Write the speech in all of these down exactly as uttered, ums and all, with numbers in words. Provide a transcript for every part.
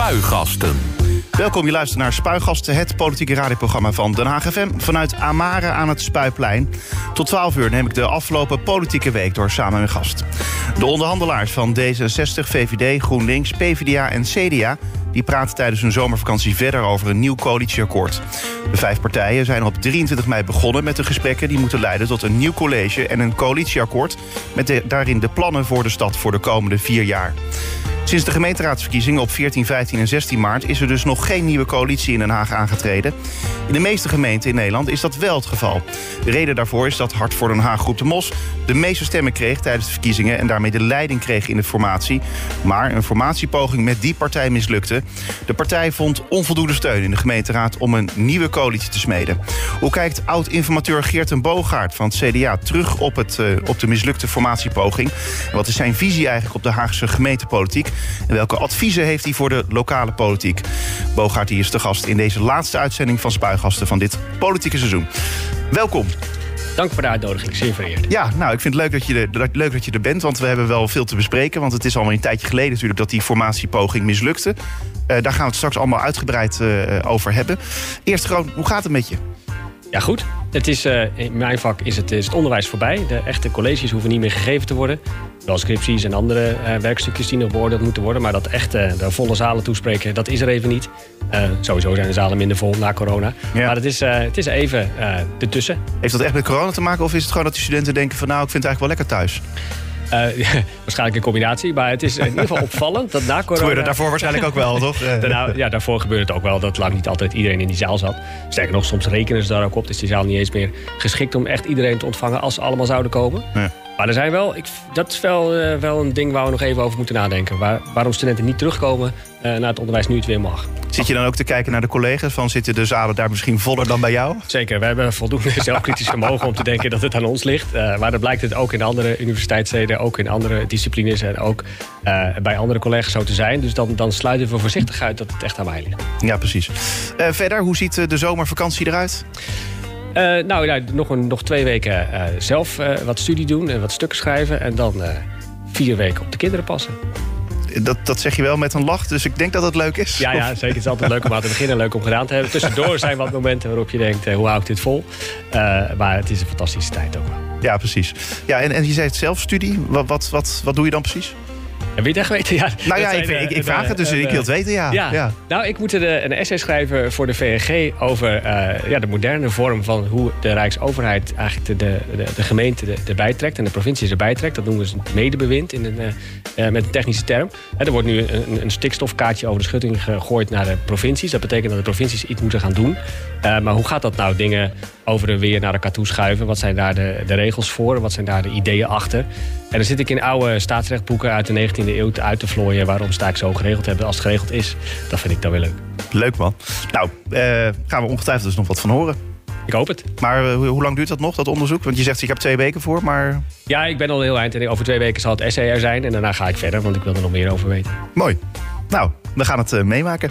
Spuigasten. Welkom, je luistert naar Spuigasten, het politieke radioprogramma van Den Haag F M... vanuit Amare aan het Spuiplein. Tot twaalf uur neem ik de afgelopen politieke week door samen met mijn gast. De onderhandelaars van D zesenzestig, V V D, GroenLinks, P V D A en C D A... die praten tijdens hun zomervakantie verder over een nieuw coalitieakkoord. De vijf partijen zijn op drieëntwintig mei begonnen met de gesprekken... die moeten leiden tot een nieuw college en een coalitieakkoord... met de, daarin de plannen voor de stad voor de komende vier jaar. Sinds de gemeenteraadsverkiezingen op veertien, vijftien en zestien maart... is er dus nog geen nieuwe coalitie in Den Haag aangetreden. In de meeste gemeenten in Nederland is dat wel het geval. De reden daarvoor is dat Hart voor Den Haag Groep de Mos... de meeste stemmen kreeg tijdens de verkiezingen... en daarmee de leiding kreeg in de formatie. Maar een formatiepoging met die partij mislukte. De partij vond onvoldoende steun in de gemeenteraad... om een nieuwe coalitie te smeden. Hoe kijkt oud-informateur Geert-Ten Boogaard van het C D A... terug op, het, uh, op de mislukte formatiepoging? En wat is zijn visie eigenlijk op de Haagse gemeentepolitiek? En welke adviezen heeft hij voor de lokale politiek? Boogaard is de gast in deze laatste uitzending van Spuigasten van dit politieke seizoen. Welkom. Dank voor de uitnodiging, zeer vereerd. Ja, nou, ik vind het leuk dat, je er, leuk dat je er bent, want we hebben wel veel te bespreken. Want het is al een tijdje geleden natuurlijk dat die formatiepoging mislukte. Uh, daar gaan we het straks allemaal uitgebreid uh, over hebben. Eerst gewoon, hoe gaat het met je? Ja, goed. Het is, uh, in mijn vak is het, is het onderwijs voorbij. De echte colleges hoeven niet meer gegeven te worden. Wel scripties en andere uh, werkstukjes die nog beoordeeld moeten worden. Maar dat echt uh, de volle zalen toespreken, dat is er even niet. Uh, sowieso zijn de zalen minder vol na corona. Ja. Maar het is, uh, het is even uh, ertussen. Heeft dat echt met corona te maken? Of is het gewoon dat die studenten denken van... nou, ik vind het eigenlijk wel lekker thuis? Uh, ja, waarschijnlijk een combinatie, maar het is in ieder geval opvallend dat na corona... gebeurde daarvoor waarschijnlijk ook wel, toch? Daarna, ja, daarvoor gebeurde het ook wel dat lang niet altijd iedereen in die zaal zat. Sterker nog, soms rekenen ze daar ook op. Dus die zaal niet eens meer geschikt om echt iedereen te ontvangen als ze allemaal zouden komen. Ja. Maar er zijn wel, ik, dat is wel, uh, wel een ding waar we nog even over moeten nadenken. Waar, waarom studenten niet terugkomen uh, naar het onderwijs nu het weer mag. Zit je dan ook te kijken naar de collega's? Van zitten de zalen daar misschien voller dan bij jou? Zeker, we hebben voldoende zelfkritisch vermogen om te denken dat het aan ons ligt. Uh, maar dat blijkt het ook in andere universiteitssteden, ook in andere disciplines en ook uh, bij andere collega's zo te zijn. Dus dan, dan sluiten we voorzichtig uit dat het echt aan mij ligt. Ja, precies. Uh, verder, hoe ziet de zomervakantie eruit? Uh, nou, nou nog, een, nog twee weken uh, zelf uh, wat studie doen en wat stukken schrijven. En dan uh, vier weken op de kinderen passen. Dat, dat zeg je wel met een lach, dus ik denk dat het leuk is. Ja, ja, zeker. Het is altijd leuk om aan te beginnen en leuk om gedaan te hebben. Tussendoor zijn wat momenten waarop je denkt, uh, hoe hou ik dit vol? Uh, maar het is een fantastische tijd ook wel. Ja, precies. Ja, en, en je zei het zelfstudie. Wat, wat, wat, wat doe je dan precies? En wil je het echt weten? Ja, nou ja, ik, ik, ik vraag het, dus uh, ik wil het weten, ja. ja. ja. Nou, ik moet de, een essay schrijven voor de V N G over uh, ja, de moderne vorm van hoe de Rijksoverheid eigenlijk de, de, de gemeente erbij trekt en de provincies erbij trekt. Dat noemen we een medebewind in een, uh, met een technische term. En er wordt nu een, een stikstofkaartje over de schutting gegooid naar de provincies. Dat betekent dat de provincies iets moeten gaan doen. Uh, maar hoe gaat dat nou? Dingen over en weer naar elkaar toe schuiven. Wat zijn daar de, de regels voor? Wat zijn daar de ideeën achter? En dan zit ik in oude staatsrechtboeken uit de negentiende eeuw uit te vlooien waarom sta ik zo geregeld hebben als het geregeld is. Dat vind ik dan weer leuk. Leuk, man. Nou, uh, gaan we ongetwijfeld dus nog wat van horen. Ik hoop het. Maar uh, hoe, hoe lang duurt dat nog, dat onderzoek? Want je zegt, ik heb twee weken voor, maar... Ja, ik ben al heel eind en over twee weken zal het essay er zijn. En daarna ga ik verder, want ik wil er nog meer over weten. Mooi. Nou, we gaan het uh, meemaken.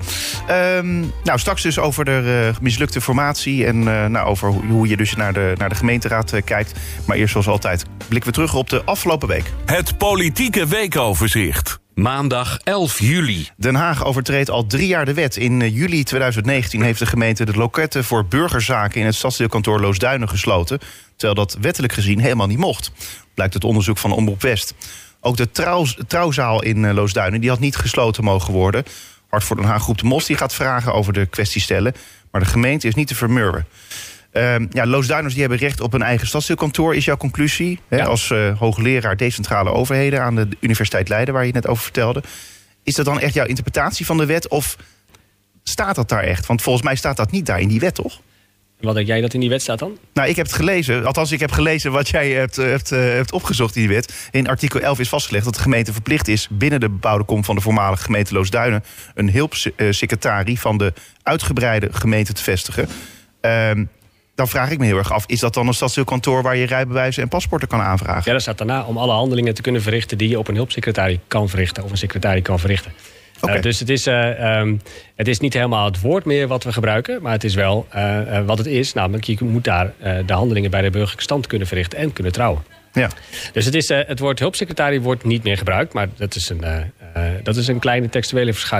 Um, nou, straks dus over de uh, mislukte formatie... en uh, nou, over hoe, hoe je dus naar de, naar de gemeenteraad uh, kijkt. Maar eerst zoals altijd blikken we terug op de afgelopen week. Het politieke weekoverzicht. Maandag elf juli. Den Haag overtreedt al drie jaar de wet. In uh, juli tweeduizend negentien heeft de gemeente de loketten voor burgerzaken... in het stadsdeelkantoor Loosduinen gesloten... terwijl dat wettelijk gezien helemaal niet mocht. Blijkt uit onderzoek van Omroep West. Ook de trouw, trouwzaal in uh, Loosduinen die had niet gesloten mogen worden. Hart voor Den Haag Groep de Mos die gaat vragen over de kwestie stellen. Maar de gemeente is niet te vermurwen. Uh, ja, Loosduiners die hebben recht op een eigen stadsdeelkantoor, is jouw conclusie. Ja. Hè, als uh, hoogleraar decentrale overheden aan de Universiteit Leiden, waar je het net over vertelde. Is dat dan echt jouw interpretatie van de wet? Of staat dat daar echt? Want volgens mij staat dat niet daar in die wet, toch? Wat denk jij dat in die wet staat dan? Nou, ik heb het gelezen. Althans, ik heb gelezen wat jij hebt, hebt, uh, hebt opgezocht in die wet. In artikel elf is vastgelegd dat de gemeente verplicht is... binnen de bebouwde kom van de voormalige gemeente Loosduinen... een hulpsecretarie van de uitgebreide gemeente te vestigen. Uh, dan vraag ik me heel erg af... is dat dan een stadsdeelkantoor waar je rijbewijzen en paspoorten kan aanvragen? Ja, dat staat daarna om alle handelingen te kunnen verrichten... die je op een hulpsecretarie kan verrichten of een secretarie kan verrichten. Okay. Uh, dus het is, uh, um, het is niet helemaal het woord meer wat we gebruiken... maar het is wel uh, uh, wat het is. Namelijk, je moet daar uh, de handelingen bij de burgerlijke stand kunnen verrichten... en kunnen trouwen. Ja. Dus het, is, uh, het woord hulpsecretarie wordt niet meer gebruikt... maar dat is een, uh, uh, dat is een kleine textuele verschuiving.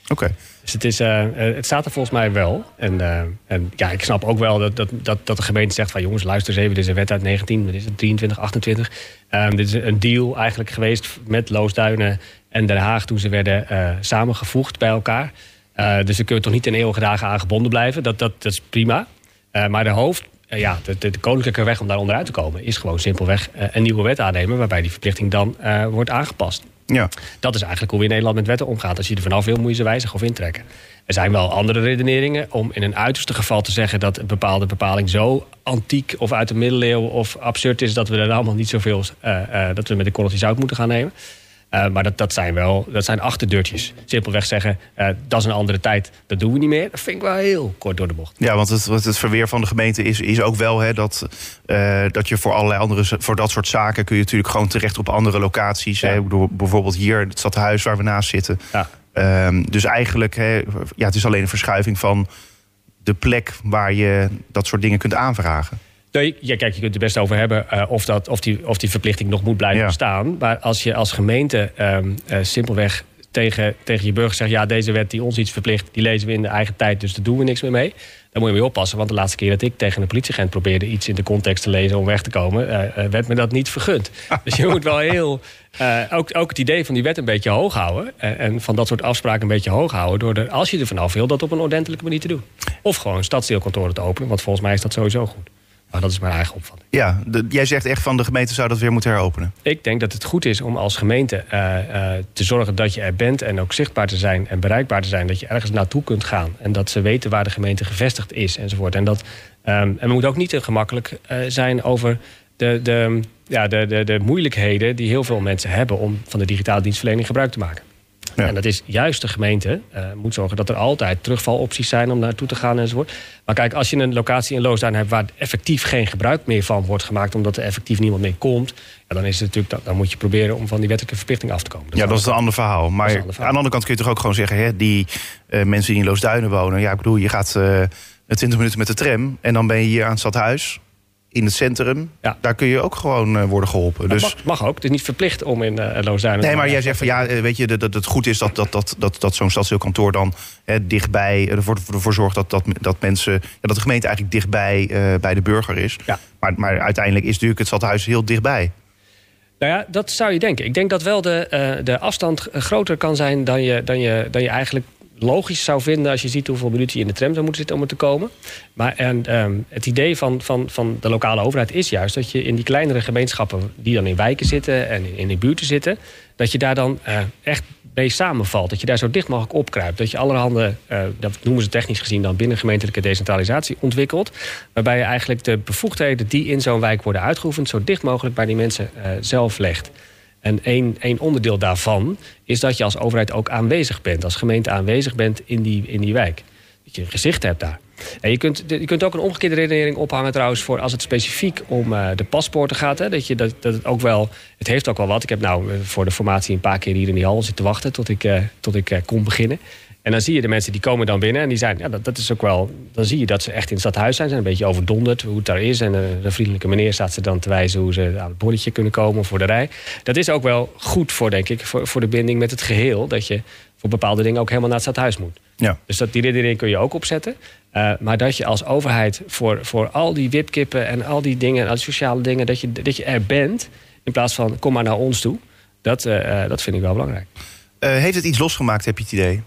Oké. Okay. Dus het, is, uh, het staat er volgens mij wel. En, uh, en ja, ik snap ook wel dat, dat, dat, dat de gemeente zegt van... jongens, luister eens even, dit is een wet uit negentien, wat is het, drieëntwintig, achtentwintig. Um, dit is een deal eigenlijk geweest met Loosduinen en Den Haag... toen ze werden uh, samengevoegd bij elkaar. Uh, dus dan kun je toch niet in eeuwige dagen aan gebonden blijven. Dat, dat, dat is prima. Uh, maar de hoofd... Uh, ja, de, de, de koninklijke weg om daar onderuit te komen... is gewoon simpelweg uh, een nieuwe wet aannemen... waarbij die verplichting dan uh, wordt aangepast. Ja. Dat is eigenlijk hoe we in Nederland met wetten omgaan. Als je er vanaf wil, moet je ze wijzigen of intrekken. Er zijn wel andere redeneringen om in een uiterste geval te zeggen... dat een bepaalde bepaling zo antiek of uit de middeleeuwen of absurd is... dat we er allemaal niet zoveel... Uh, uh, dat we met een korreltje zout moeten gaan nemen. Uh, maar dat, dat zijn wel dat zijn achterdeurtjes. Simpelweg zeggen, uh, dat is een andere tijd, dat doen we niet meer. Dat vind ik wel heel kort door de bocht. Ja, want het, het verweer van de gemeente is, is ook wel... Hè, dat, uh, dat je voor allerlei andere... voor dat soort zaken kun je natuurlijk gewoon terecht op andere locaties. Ja. Hè, bijvoorbeeld hier, het stadhuis waar we naast zitten. Ja. Um, dus eigenlijk, hè, ja, het is alleen een verschuiving van de plek... waar je dat soort dingen kunt aanvragen. Nee, ja, kijk, je kunt er best over hebben uh, of, dat, of, die, of die verplichting nog moet blijven ja. bestaan. Maar als je als gemeente um, uh, simpelweg tegen, tegen je burgers zegt... ja, deze wet die ons iets verplicht, die lezen we in de eigen tijd... dus daar doen we niks meer mee. Dan moet je mee oppassen, want de laatste keer dat ik tegen een politieagent... probeerde iets in de context te lezen om weg te komen... Uh, uh, werd me dat niet vergund. Dus je moet wel heel... Uh, ook, ook het idee van die wet een beetje hoog houden... Uh, en van dat soort afspraken een beetje hoog houden... door er, als je er vanaf wil, dat op een ordentelijke manier te doen. Of gewoon stadsdeelkantoren te openen, want volgens mij is dat sowieso goed. Maar dat is mijn eigen opvatting. Ja, de, jij zegt echt van de gemeente zou dat weer moeten heropenen. Ik denk dat het goed is om als gemeente uh, uh, te zorgen dat je er bent... en ook zichtbaar te zijn en bereikbaar te zijn. Dat je ergens naartoe kunt gaan. En dat ze weten waar de gemeente gevestigd is enzovoort. En, dat, um, en we moeten ook niet te gemakkelijk uh, zijn over de, de, ja, de, de, de moeilijkheden... die heel veel mensen hebben om van de digitale dienstverlening gebruik te maken. Ja. En dat is juist de gemeente uh, moet zorgen dat er altijd terugvalopties zijn om naartoe te gaan enzovoort. Maar kijk, als je een locatie in Loosduinen hebt waar effectief geen gebruik meer van wordt gemaakt, omdat er effectief niemand mee komt, ja, dan is het natuurlijk, dan moet je proberen om van die wettelijke verplichting af te komen. Dat ja, dat is een ander verhaal. Maar ander verhaal. Aan de andere kant kun je toch ook gewoon zeggen, hè, die uh, mensen die in Loosduinen wonen, ja, ik bedoel, je gaat uh, twintig minuten met de tram en dan ben je hier aan het stadhuis. In het centrum, ja. Daar kun je ook gewoon uh, worden geholpen. Dus... Mag, mag ook, het is niet verplicht om in uh, Loosduinen... Nee, maar jij zegt van ja, weet je, dat het goed is dat, dat, dat, dat, dat zo'n stadsdeelkantoor dan hè, dichtbij ervoor, ervoor zorgt dat, dat, dat mensen, ja, dat de gemeente eigenlijk dichtbij uh, bij de burger is. Ja. Maar, maar uiteindelijk is natuurlijk het stadhuis heel dichtbij. Nou ja, dat zou je denken. Ik denk dat wel de, uh, de afstand groter kan zijn dan je, dan je, dan je eigenlijk logisch zou vinden als je ziet hoeveel minuten je in de tram zou moeten zitten om er te komen. Maar en, um, het idee van, van, van de lokale overheid is juist dat je in die kleinere gemeenschappen die dan in wijken zitten en in, in de buurten zitten, dat je daar dan uh, echt mee samenvalt. Dat je daar zo dicht mogelijk opkruipt. Dat je allerhande, uh, dat noemen ze technisch gezien dan binnengemeentelijke decentralisatie ontwikkelt. Waarbij je eigenlijk de bevoegdheden die in zo'n wijk worden uitgeoefend zo dicht mogelijk bij die mensen uh, zelf legt. En één, één onderdeel daarvan is dat je als overheid ook aanwezig bent. Als gemeente aanwezig bent in die, in die wijk. Dat je een gezicht hebt daar. En je kunt, je kunt ook een omgekeerde redenering ophangen trouwens voor als het specifiek om uh, de paspoorten gaat. Hè, dat, je, dat, dat het ook wel, het heeft ook wel wat. Ik heb nou voor de formatie een paar keer hier in die hal zitten wachten tot ik, uh, tot ik uh, kon beginnen. En dan zie je de mensen die komen dan binnen en die zijn, ja, dat, dat is ook wel, dan zie je dat ze echt in het stadhuis zijn, zijn een beetje overdonderd hoe het daar is. En de, de vriendelijke meneer staat ze dan te wijzen hoe ze aan het bordetje kunnen komen voor de rij. Dat is ook wel goed voor, denk ik, voor, voor de binding met het geheel, dat je voor bepaalde dingen ook helemaal naar het stadhuis moet. Ja. Dus dat, die redenering kun je ook opzetten. Uh, maar dat je als overheid voor, voor al die wipkippen en al die dingen, al die sociale dingen, dat je, dat je er bent, in plaats van kom maar naar ons toe, dat, uh, dat vind ik wel belangrijk. Uh, heeft het iets losgemaakt, heb je het idee?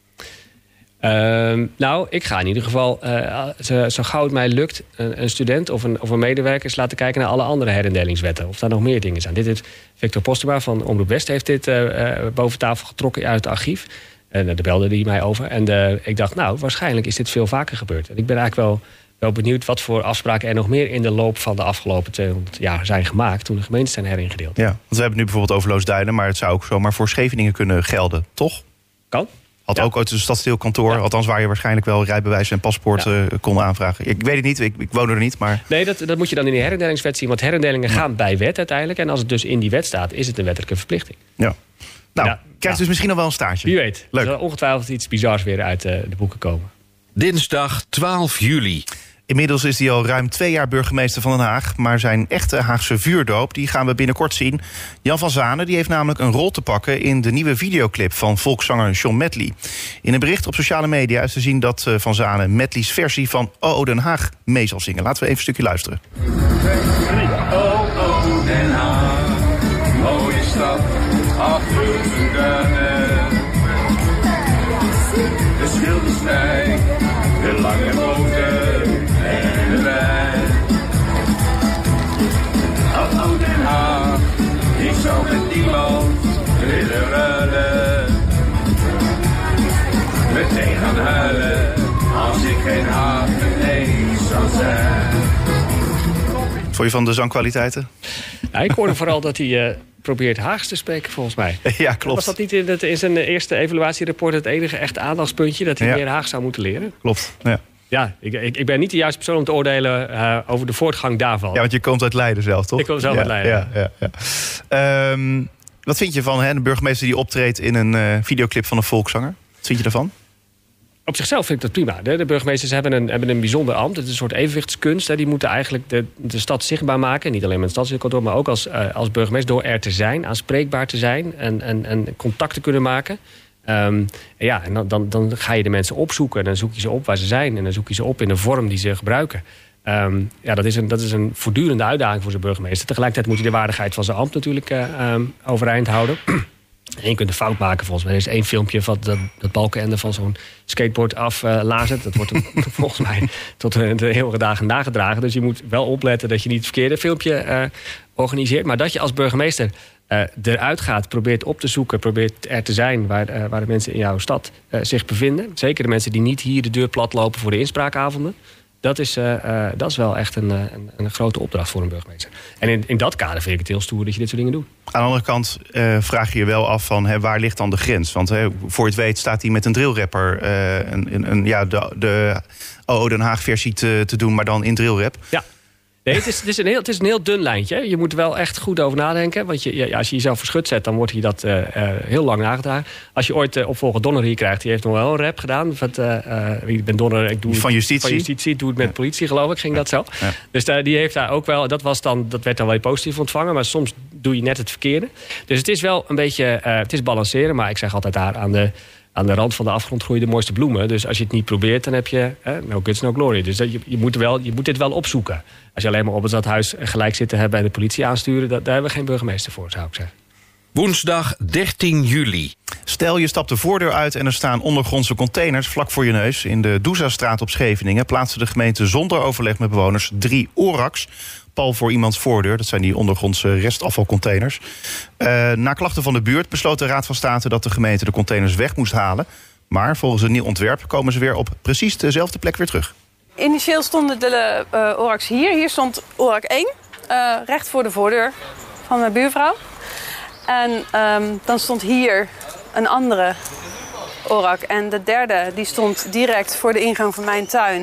Uh, nou, ik ga in ieder geval, uh, zo, zo gauw het mij lukt, een, een student of een, of een medewerker eens laten kijken naar alle andere herindelingswetten. Of daar nog meer dingen zijn. Dit heeft Victor Postema van Omroep West heeft dit uh, uh, boven tafel getrokken uit het archief. En uh, daar belde hij mij over. En uh, ik dacht, nou, waarschijnlijk is dit veel vaker gebeurd. En ik ben eigenlijk wel, wel benieuwd wat voor afspraken er nog meer in de loop van de afgelopen tweehonderd jaar zijn gemaakt toen de gemeenten zijn heringedeeld. Ja, want we hebben het nu bijvoorbeeld over Loosduinen, maar het zou ook zomaar voor Scheveningen kunnen gelden, toch? Kan. Had ja. ook uit een stadsdeelkantoor, ja. althans waar je waarschijnlijk wel rijbewijs en paspoort ja. uh, kon aanvragen. Ik weet het niet, ik, ik woon er niet, maar... Nee, dat, dat moet je dan in die herindelingswet zien, want herindelingen ja. gaan bij wet uiteindelijk. En als het dus in die wet staat, is het een wettelijke verplichting. Ja. Nou, ja. krijgt ja. dus misschien nog wel een staartje. Wie weet. Leuk. Er zal ongetwijfeld iets bizars weer uit uh, de boeken komen. Dinsdag twaalf juli. Inmiddels is hij al ruim twee jaar burgemeester van Den Haag. Maar zijn echte Haagse vuurdoop die gaan we binnenkort zien. Jan van Zanen die heeft namelijk een rol te pakken in de nieuwe videoclip van volkszanger John Medley. In een bericht op sociale media is te zien dat Van Zanen Medley's versie van O O Den Haag mee zal zingen. Laten we even een stukje luisteren. O O Den Haag, mooie stad, achter de duinen. De Schilderswijk, de lange boten en de wijn. O O Den Haag, ik zou met niemand willen ruilen. Meteen gaan huilen, als ik geen haven eens zou zijn. Vond je van de zangkwaliteiten? Ja, ik hoorde vooral dat hij uh, probeert Haags te spreken, volgens mij. Ja, klopt. Was dat niet in, het, in zijn eerste evaluatierapport het enige echte aandachtspuntje? Dat hij ja. meer Haags zou moeten leren? Klopt, ja. Ja, ik, ik, ik ben niet de juiste persoon om te oordelen uh, over de voortgang daarvan. Ja, want je komt uit Leiden zelf, toch? Ik kom zelf ja, uit Leiden. Ja, ja, ja. Um, wat vind je van hè, een burgemeester die optreedt in een uh, videoclip van een volkszanger? Wat vind je daarvan? Op zichzelf vind ik dat prima. De, de burgemeesters hebben een, hebben een bijzonder ambt. Het is een soort evenwichtskunst. Hè. Die moeten eigenlijk de, de stad zichtbaar maken. Niet alleen met het stadskantoor, maar ook als, uh, als burgemeester door er te zijn, aanspreekbaar te zijn en, en, en contact te kunnen maken. Um, ja, en dan, dan, dan ga je de mensen opzoeken. En dan zoek je ze op waar ze zijn. En dan zoek je ze op in de vorm die ze gebruiken. Um, ja, dat is, een, dat is een voortdurende uitdaging voor zijn burgemeester. Tegelijkertijd moet hij de waardigheid van zijn ambt natuurlijk uh, um, overeind houden. En je kunt een fout maken volgens mij. Er is één filmpje van dat, dat balkenende van zo'n skateboard aflazert. Uh, dat wordt volgens mij tot uh, de hele dagen nagedragen. Dus je moet wel opletten dat je niet het verkeerde filmpje uh, organiseert. Maar dat je als burgemeester uh, eruit gaat, probeert op te zoeken, probeert er te zijn waar, uh, waar de mensen in jouw stad uh, zich bevinden. Zeker de mensen die niet hier de deur plat lopen voor de inspraakavonden. Dat is, uh, uh, dat is wel echt een, een, een grote opdracht voor een burgemeester. En in, in dat kader vind ik het heel stoer dat je dit soort dingen doet. Aan de andere kant uh, vraag je je wel af van hè, waar ligt dan de grens? Want hè, voor je het weet staat hij met een drillrapper uh, een, een, een, ja, de, de O O Den Haag versie te, te doen, maar dan in drillrap. Ja. Nee, het is, het, is een heel, het is een heel dun lijntje. Je moet er wel echt goed over nadenken. Want je, ja, als je jezelf verschut zet, dan wordt hij dat uh, uh, heel lang nagedragen. Als je ooit uh, opvolger Donner hier krijgt, die heeft nog wel een rap gedaan. Wat, uh, uh, ik ben Donner, ik doe van justitie. Van justitie, doe het met ja. politie, geloof ik, ging ja. dat zo. Ja. Dus uh, die heeft daar ook wel, dat, was dan, dat werd dan wel positief ontvangen. Maar soms doe je net het verkeerde. Dus het is wel een beetje, uh, het is balanceren. Maar ik zeg altijd daar aan de... Aan de rand van de afgrond groeien de mooiste bloemen. Dus als je het niet probeert, dan heb je eh, no guts, no glory. Dus dat, je, je, moet wel, je moet dit wel opzoeken. Als je alleen maar op het stadhuis gelijk zit te hebben en de politie aansturen, dat, daar hebben we geen burgemeester voor, zou ik zeggen. Woensdag dertien juli. Stel, je stapt de voordeur uit en er staan ondergrondse containers vlak voor je neus. In de Doezastraat op Scheveningen plaatste de gemeente zonder overleg met bewoners drie Orax pal voor iemands voordeur. Dat zijn die ondergrondse restafvalcontainers. Uh, na klachten van de buurt besloot de Raad van State dat de gemeente de containers weg moest halen. Maar volgens een nieuw ontwerp komen ze weer op precies dezelfde plek weer terug. Initieel stonden de uh, Orax hier. Hier stond Orax één, uh, recht voor de voordeur van mijn buurvrouw. En um, dan stond hier een andere Orax. En de derde die stond direct voor de ingang van mijn tuin.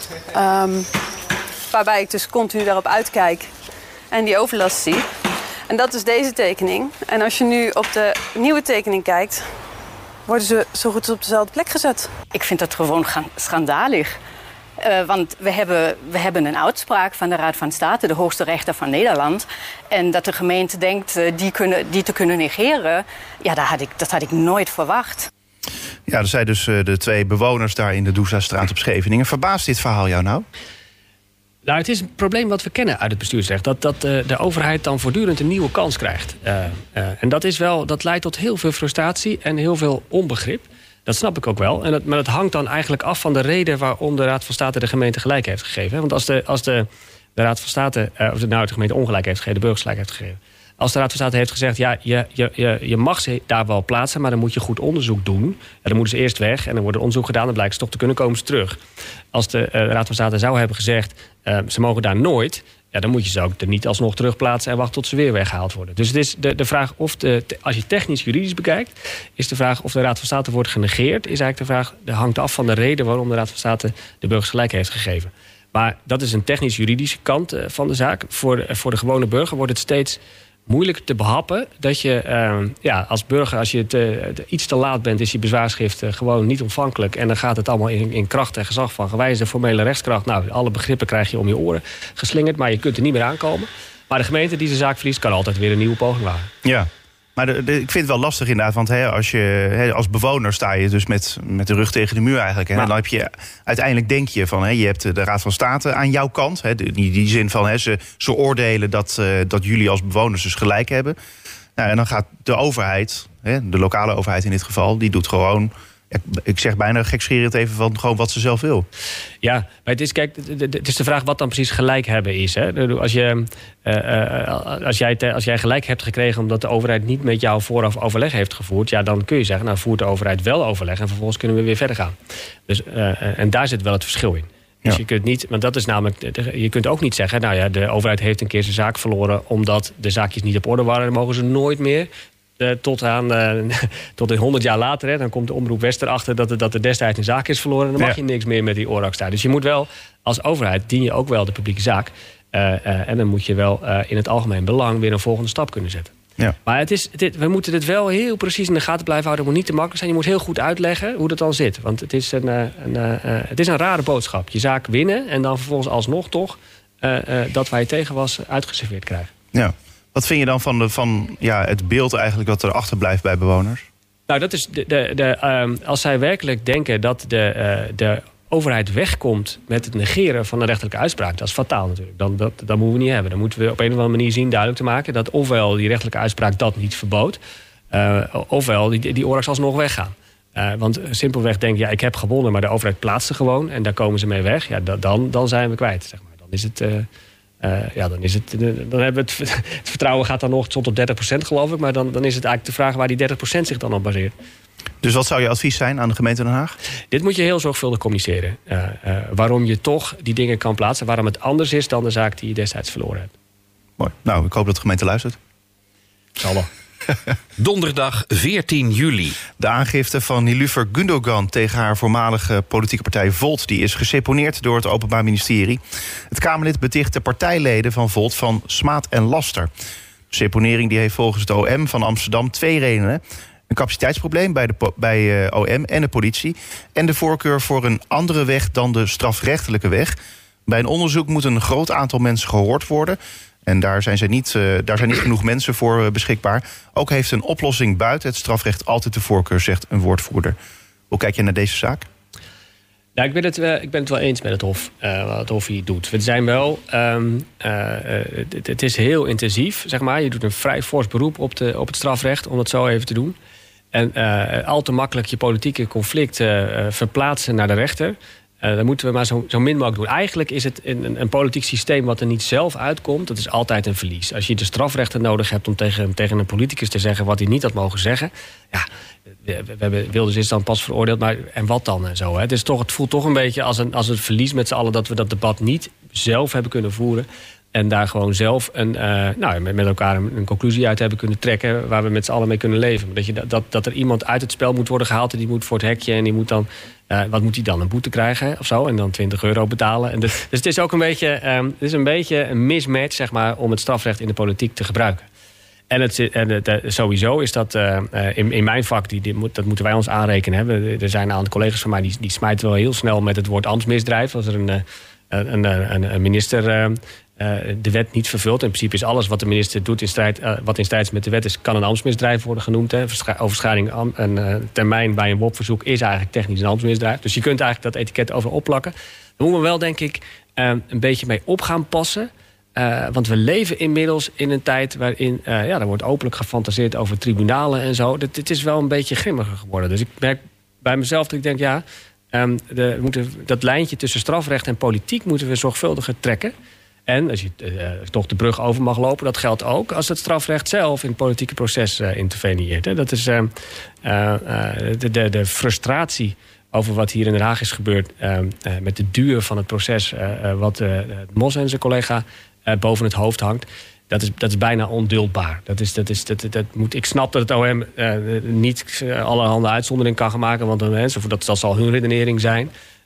Um, waarbij ik dus continu daarop uitkijk en die overlast zie. En dat is deze tekening. En als je nu op de nieuwe tekening kijkt, worden ze zo goed als op dezelfde plek gezet. Ik vind dat gewoon schandalig. Uh, want we hebben, we hebben een uitspraak van de Raad van State, de hoogste rechter van Nederland. En dat de gemeente denkt uh, die, kunnen, die te kunnen negeren, ja, dat had ik, dat had ik nooit verwacht. Ja, er zijn dus uh, de twee bewoners daar in de Doezastraat op Scheveningen. Verbaast dit verhaal jou nou? Nou, het is een probleem wat we kennen uit het bestuursrecht. Dat, dat uh, de overheid dan voortdurend een nieuwe kans krijgt. Uh, uh, en dat, is wel, dat leidt tot heel veel frustratie en heel veel onbegrip. Dat snap ik ook wel. En dat, maar dat hangt dan eigenlijk af van de reden waarom de Raad van State de gemeente gelijk heeft gegeven. Want als de, als de, de Raad van State, uh, of de, nou, de gemeente ongelijk heeft gegeven, de burgers gelijk heeft gegeven. Als de Raad van State heeft gezegd, ja, je, je, je, je mag ze daar wel plaatsen, maar dan moet je goed onderzoek doen. Ja, dan moeten ze eerst weg en dan wordt er onderzoek gedaan, dan blijkt ze toch te kunnen, komen ze terug. Als de uh, Raad van State zou hebben gezegd, uh, ze mogen daar nooit, ja, dan moet je ze ook er niet alsnog terugplaatsen en wachten tot ze weer weggehaald worden. Dus het is de, de vraag of, de, als je technisch juridisch bekijkt, is de vraag of de Raad van State wordt genegeerd, is eigenlijk de vraag, dat hangt af van de reden waarom de Raad van State de burgers gelijk heeft gegeven. Maar dat is een technisch-juridische kant uh, van de zaak. Voor de, voor de gewone burger wordt het steeds moeilijk te behappen dat je uh, ja, als burger, als je te, te, iets te laat bent, is je bezwaarschrift uh, gewoon niet ontvankelijk. En dan gaat het allemaal in, in kracht en gezag van gewijze formele rechtskracht. Nou, alle begrippen krijg je om je oren geslingerd, maar je kunt er niet meer aankomen. Maar de gemeente die zijn zaak verliest, kan altijd weer een nieuwe poging wagen. Ja. Maar de, de, ik vind het wel lastig inderdaad, want hè, als, je, hè, als bewoner sta je dus met, met de rug tegen de muur eigenlijk. Hè, ja. Dan heb je, uiteindelijk denk je van, hè, je hebt de Raad van State aan jouw kant. Hè, die, die zin van, hè, ze, ze oordelen dat, uh, dat jullie als bewoners dus gelijk hebben. Nou, en dan gaat de overheid, hè, de lokale overheid in dit geval, die doet gewoon, ik zeg bijna gekscherend even van gewoon wat ze zelf wil. Ja, maar het is, kijk, het is de vraag wat dan precies gelijk hebben is. Hè? Als, je, uh, uh, als, jij te, als jij gelijk hebt gekregen omdat de overheid niet met jou vooraf overleg heeft gevoerd, ja, dan kun je zeggen, nou voert de overheid wel overleg en vervolgens kunnen we weer verder gaan. Dus, uh, en daar zit wel het verschil in. Dus ja. je kunt niet, want dat is namelijk, je kunt ook niet zeggen, nou ja, de overheid heeft een keer zijn zaak verloren omdat de zaakjes niet op orde waren, dan mogen ze nooit meer. Uh, tot aan uh, tot in honderd jaar later, hè, dan komt de Omroep West erachter dat er, dat er destijds een zaak is verloren. En dan mag ja. je niks meer met die ORAX daar. Dus je moet wel, als overheid, dien je ook wel de publieke zaak. Uh, uh, en dan moet je wel uh, in het algemeen belang weer een volgende stap kunnen zetten. Ja. Maar het is, dit, we moeten het wel heel precies in de gaten blijven houden. Het moet niet te makkelijk zijn. Je moet heel goed uitleggen hoe dat dan zit. Want het is een, uh, een, uh, het is een rare boodschap. Je zaak winnen en dan vervolgens alsnog toch uh, uh, dat waar je tegen was uitgeserveerd krijgen. Ja. Wat vind je dan van, de, van ja, het beeld eigenlijk dat er achterblijft bij bewoners? Nou, dat is de, de, de, um, als zij werkelijk denken dat de, uh, de overheid wegkomt met het negeren van een rechterlijke uitspraak, dat is fataal natuurlijk. Dan, dat, dat moeten we niet hebben. Dan moeten we op een of andere manier zien duidelijk te maken dat ofwel die rechterlijke uitspraak dat niet verbood, uh, ofwel die, die ORAX alsnog weggaan. Uh, want simpelweg denk je, ja, ik heb gewonnen, maar de overheid plaatst ze gewoon en daar komen ze mee weg. Ja, da, dan, dan zijn we kwijt, zeg maar. Dan is het. Uh, Uh, ja, dan is het. Dan hebben we het, het vertrouwen gaat dan nog tot op dertig procent, geloof ik. Maar dan, dan is het eigenlijk de vraag waar die dertig procent zich dan op baseert. Dus wat zou je advies zijn aan de gemeente Den Haag? Dit moet je heel zorgvuldig communiceren. Uh, uh, waarom je toch die dingen kan plaatsen. Waarom het anders is dan de zaak die je destijds verloren hebt. Mooi. Nou, ik hoop dat de gemeente luistert. Zal wel. Donderdag veertien juli. De aangifte van Nilüfer Gundogan tegen haar voormalige politieke partij Volt die is geseponeerd door het Openbaar Ministerie. Het Kamerlid beticht de partijleden van Volt van smaad en laster. De seponering die heeft volgens het O M van Amsterdam twee redenen. Een capaciteitsprobleem bij de bij O M en de politie en de voorkeur voor een andere weg dan de strafrechtelijke weg. Bij een onderzoek moet een groot aantal mensen gehoord worden. En daar zijn, ze niet, uh, daar zijn niet genoeg mensen voor uh, beschikbaar. Ook heeft een oplossing buiten het strafrecht altijd de voorkeur, zegt een woordvoerder. Hoe kijk je naar deze zaak? Nou, ik ben het, uh, ik ben het wel eens met het Hof, uh, wat het Hof hier doet. We zijn wel, um, uh, uh, het, het is heel intensief, zeg maar. Je doet een vrij fors beroep op, de, op het strafrecht, om dat zo even te doen. En uh, al te makkelijk je politieke conflict uh, verplaatsen naar de rechter. Uh, dan moeten we maar zo, zo min mogelijk doen. Eigenlijk is het een, een politiek systeem wat er niet zelf uitkomt. Dat is altijd een verlies. Als je de strafrechten nodig hebt om tegen, tegen een politicus te zeggen wat hij niet had mogen zeggen. Ja, we, we hebben Wilders is dan pas veroordeeld, maar en wat dan en zo. Hè? Het, is toch, het voelt toch een beetje als een, als een verlies met z'n allen dat we dat debat niet zelf hebben kunnen voeren. En daar gewoon zelf een, uh, nou, met, met elkaar een, een conclusie uit hebben kunnen trekken waar we met z'n allen mee kunnen leven. Dat, je, dat, dat er iemand uit het spel moet worden gehaald en die moet voor het hekje en die moet dan, uh, wat moet hij dan, een boete krijgen of zo en dan twintig euro betalen. En de, dus het is ook een beetje, um, het is een beetje een mismatch, zeg maar, om het strafrecht in de politiek te gebruiken. En, het, en het, sowieso is dat uh, in, in mijn vak, die, die moet, dat moeten wij ons aanrekenen. Hè. Er zijn een aantal collega's van mij die, die smijten wel heel snel met het woord ambtsmisdrijf. Als er een, een, een, een minister uh, de wet niet vervult. In principe is alles wat de minister doet in strijd, uh, wat in strijd is met de wet is, kan een ambtsmisdrijf worden genoemd. Hè. Overschrijding een uh, termijn bij een W O P-verzoek is eigenlijk technisch een ambtsmisdrijf. Dus je kunt eigenlijk dat etiket over opplakken. Daar moeten we wel, denk ik, uh, een beetje mee op gaan passen. Uh, want we leven inmiddels in een tijd waarin uh, ja, er wordt openlijk gefantaseerd over tribunalen en zo. Het, het is wel een beetje grimmiger geworden. Dus ik merk bij mezelf dat ik denk, ja, um, de, moeten, dat lijntje tussen strafrecht en politiek moeten we zorgvuldiger trekken. En als je uh, toch de brug over mag lopen, dat geldt ook als het strafrecht zelf in het politieke proces uh, interveneert. Hè. Dat is uh, uh, de, de, de frustratie over wat hier in Den Haag is gebeurd uh, uh, met de duur van het proces, uh, uh, wat uh, Mos en zijn collega Uh, boven het hoofd hangt. Dat is, dat is bijna onduldbaar. Dat is, dat is, dat, dat moet, ik snap dat het O M uh, niet uh, allerhande uitzondering kan gaan maken, want uh, dat, dat zal hun redenering zijn.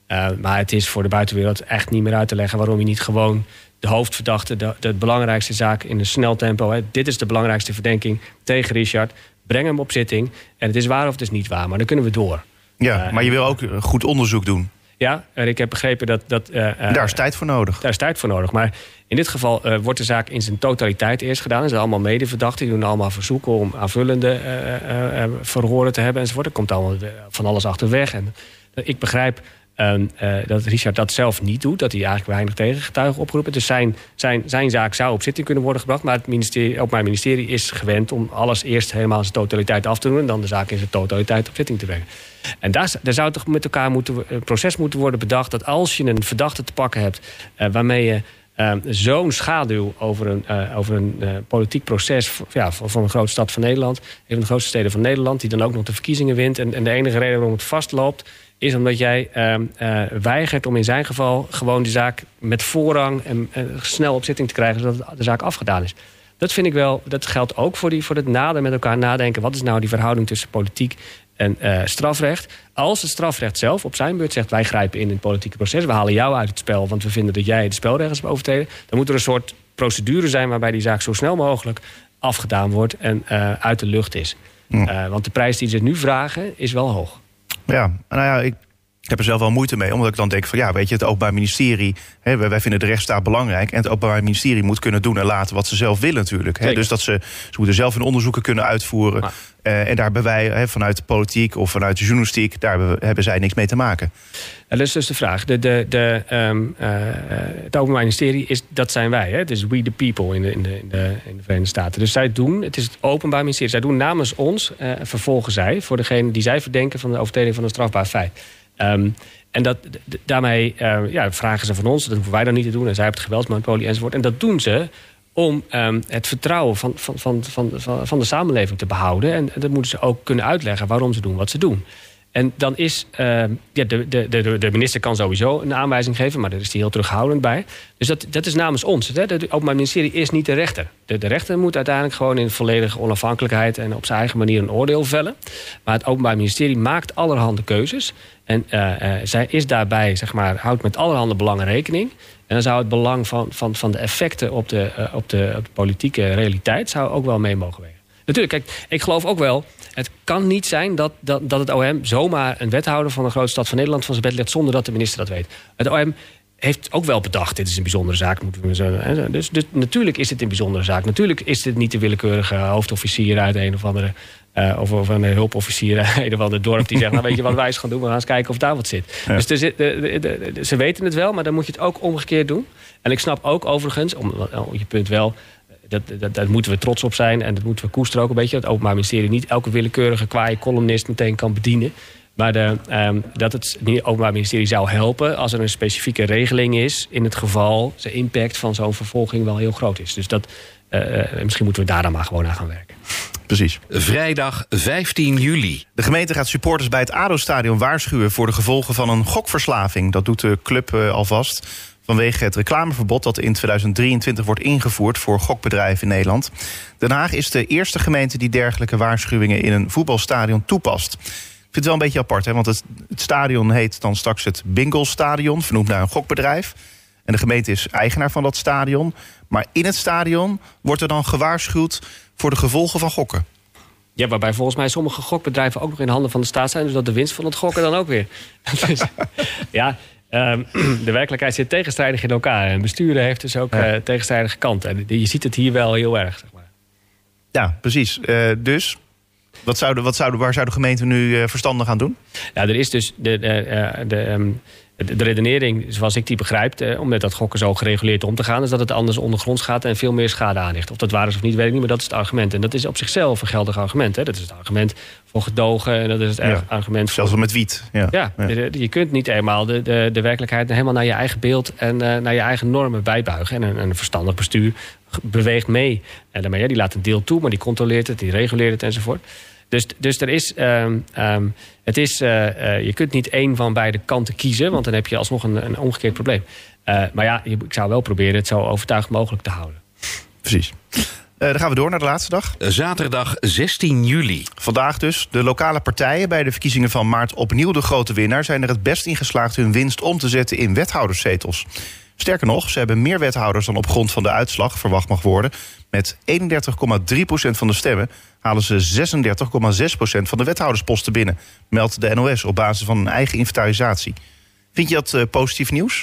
Uh, maar het is voor de buitenwereld echt niet meer uit te leggen waarom je niet gewoon de hoofdverdachte, de, de belangrijkste zaak in een snel tempo. Hè. Dit is de belangrijkste verdenking tegen Richard. Breng hem op zitting. En het is waar of het is niet waar, maar dan kunnen we door. Ja, uh, maar je wil ook goed onderzoek doen. Ja, en ik heb begrepen dat... dat uh, daar is tijd voor nodig. Daar is tijd voor nodig. Maar in dit geval uh, wordt de zaak in zijn totaliteit eerst gedaan. Er zijn allemaal medeverdachten. Die doen allemaal verzoeken om aanvullende uh, uh, uh, verhoren te hebben enzovoort. Er komt allemaal van alles achterweg. En uh, ik begrijp uh, uh, dat Richard dat zelf niet doet. Dat hij eigenlijk weinig tegengetuigen opgeroepen. Dus zijn, zijn, zijn zaak zou op zitting kunnen worden gebracht. Maar het ministerie, ook mijn ministerie is gewend om alles eerst helemaal in zijn totaliteit af te doen. En dan de zaak in zijn totaliteit op zitting te brengen. En daar, daar zou toch met elkaar moeten, een proces moeten worden bedacht dat als je een verdachte te pakken hebt uh, waarmee je uh, zo'n schaduw over een, uh, over een uh, politiek proces voor, ja, voor, voor een grote stad van Nederland, een van de grootste steden van Nederland, die dan ook nog de verkiezingen wint. En, en de enige reden waarom het vastloopt is omdat jij uh, uh, weigert om in zijn geval gewoon die zaak met voorrang en uh, snel op zitting te krijgen zodat de zaak afgedaan is. Dat vind ik wel, dat geldt ook voor, die, voor het nader met elkaar nadenken. Wat is nou die verhouding tussen politiek en uh, strafrecht? Als het strafrecht zelf op zijn beurt zegt wij grijpen in in het politieke proces, we halen jou uit het spel, want we vinden dat jij de spelregels hebt overtreden, dan moet er een soort procedure zijn waarbij die zaak zo snel mogelijk afgedaan wordt en uh, uit de lucht is. Ja. Uh, want de prijs die ze nu vragen is wel hoog. Ja, nou ja, ik, ik heb er zelf wel moeite mee, omdat ik dan denk van ja, weet je, het Openbaar Ministerie, hè, wij vinden de rechtsstaat belangrijk en het Openbaar Ministerie moet kunnen doen en laten wat ze zelf willen natuurlijk. Hè. Dus dat ze, ze moeten zelf hun onderzoeken kunnen uitvoeren. Ah. Uh, en daar hebben wij hè, vanuit de politiek of vanuit de journalistiek, daar hebben, hebben zij niks mee te maken. En dat is dus de vraag. De, de, de, um, uh, het Openbaar Ministerie, is, dat zijn wij. Hè? Het is we the people in de, in, de, in, de, in de Verenigde Staten. Dus zij doen, het is het Openbaar Ministerie. Zij doen namens ons, uh, vervolgen zij voor degene die zij verdenken van de overtreding van een strafbaar feit. Um, en dat, d- daarmee uh, ja, vragen ze van ons, dat hoeven wij dan niet te doen. En zij hebben het geweldsmonopolie enzovoort. En dat doen ze om um, het vertrouwen van, van, van, van, van, van de samenleving te behouden. En, en dat moeten ze ook kunnen uitleggen waarom ze doen wat ze doen. En dan is, uh, ja, de, de, de, de minister kan sowieso een aanwijzing geven, maar daar is hij heel terughoudend bij. Dus dat, dat is namens ons. Het Openbaar Ministerie is niet de rechter. De, de rechter moet uiteindelijk gewoon in volledige onafhankelijkheid en op zijn eigen manier een oordeel vellen. Maar het Openbaar Ministerie maakt allerhande keuzes. En uh, uh, zij is daarbij, zeg maar, houdt met allerhande belangen rekening. En dan zou het belang van, van, van de effecten op de, uh, op, de, op de politieke realiteit zou ook wel mee mogen wegen. Natuurlijk, kijk, ik geloof ook wel, het kan niet zijn dat, dat, dat het O M zomaar een wethouder van een grote stad van Nederland van zijn bed legt zonder dat de minister dat weet. Het O M heeft ook wel bedacht, dit is een bijzondere zaak. Moeten we zo, hè? Dus, dus natuurlijk is dit een bijzondere zaak. Natuurlijk is dit niet de willekeurige hoofdofficier uit een of andere, uh, of, of een hulpofficier uit een of ander dorp die zegt, nou weet je wat wij eens gaan doen, we gaan eens kijken of daar wat zit. Ja. Dus er zit, de, de, de, de, ze weten het wel, maar dan moet je het ook omgekeerd doen. En ik snap ook overigens, om, om je punt wel, Dat, dat, daar moeten we trots op zijn en dat moeten we koesteren ook een beetje. Het Openbaar Ministerie niet elke willekeurige kwaaie columnist meteen kan bedienen. Maar de, um, dat het Openbaar Ministerie zou helpen als er een specifieke regeling is in het geval de impact van zo'n vervolging wel heel groot is. Dus dat, uh, misschien moeten we daar dan maar gewoon aan gaan werken. Precies. Vrijdag vijftien juli. De gemeente gaat supporters bij het A D O-stadion waarschuwen voor de gevolgen van een gokverslaving. Dat doet de club uh, alvast vanwege het reclameverbod dat in tweeduizend drieëntwintig wordt ingevoerd voor gokbedrijven in Nederland. Den Haag is de eerste gemeente die dergelijke waarschuwingen in een voetbalstadion toepast. Ik vind het wel een beetje apart, hè? Want het, het stadion heet dan straks het Bingo-stadion, vernoemd naar een gokbedrijf. En de gemeente is eigenaar van dat stadion. Maar in het stadion wordt er dan gewaarschuwd voor de gevolgen van gokken. Ja, waarbij volgens mij sommige gokbedrijven ook nog in handen van de staat zijn, dus dat de winst van het gokken dan ook weer. Dus, ja, um, de werkelijkheid zit tegenstrijdig in elkaar. En besturen heeft dus ook ja. uh, tegenstrijdige kanten. En je ziet het hier wel heel erg, zeg maar. Ja, precies. Uh, dus wat zouden, wat zouden, waar zou de gemeente nu uh, verstandig aan doen? Ja, er is dus de, de, uh, de, um, de, de redenering, zoals ik die begrijp, uh, om met dat gokken zo gereguleerd om te gaan, is dat het anders ondergronds gaat en veel meer schade aanricht. Of dat waar is of niet, weet ik niet, maar dat is het argument. En dat is op zichzelf een geldig argument. Hè. Dat is het argument voor gedogen en dat is het ja. argument voor... Zelfs met wiet. Ja, ja, ja. Je, je kunt niet eenmaal de, de, de werkelijkheid helemaal naar je eigen beeld en uh, naar je eigen normen bijbuigen. En een, een verstandig bestuur beweegt mee. En daarmee, ja, die laat een deel toe, maar die controleert het, die reguleert het enzovoort. Dus, dus er is, um, um, het is uh, uh, je kunt niet één van beide kanten kiezen, want dan heb je alsnog een, een omgekeerd probleem. Uh, maar ja, ik zou wel proberen het zo overtuigend mogelijk te houden. Precies. Uh, dan gaan we door naar de laatste dag. Zaterdag zestien juli. Vandaag dus. De lokale partijen bij de verkiezingen van maart opnieuw de grote winnaar... zijn er het best in geslaagd hun winst om te zetten in wethouderszetels. Sterker nog, ze hebben meer wethouders dan op grond van de uitslag verwacht mag worden. Met eenendertig komma drie procent van de stemmen halen ze zesendertig komma zes procent van de wethoudersposten binnen, meldt de N O S op basis van een eigen inventarisatie. Vind je dat uh, positief nieuws?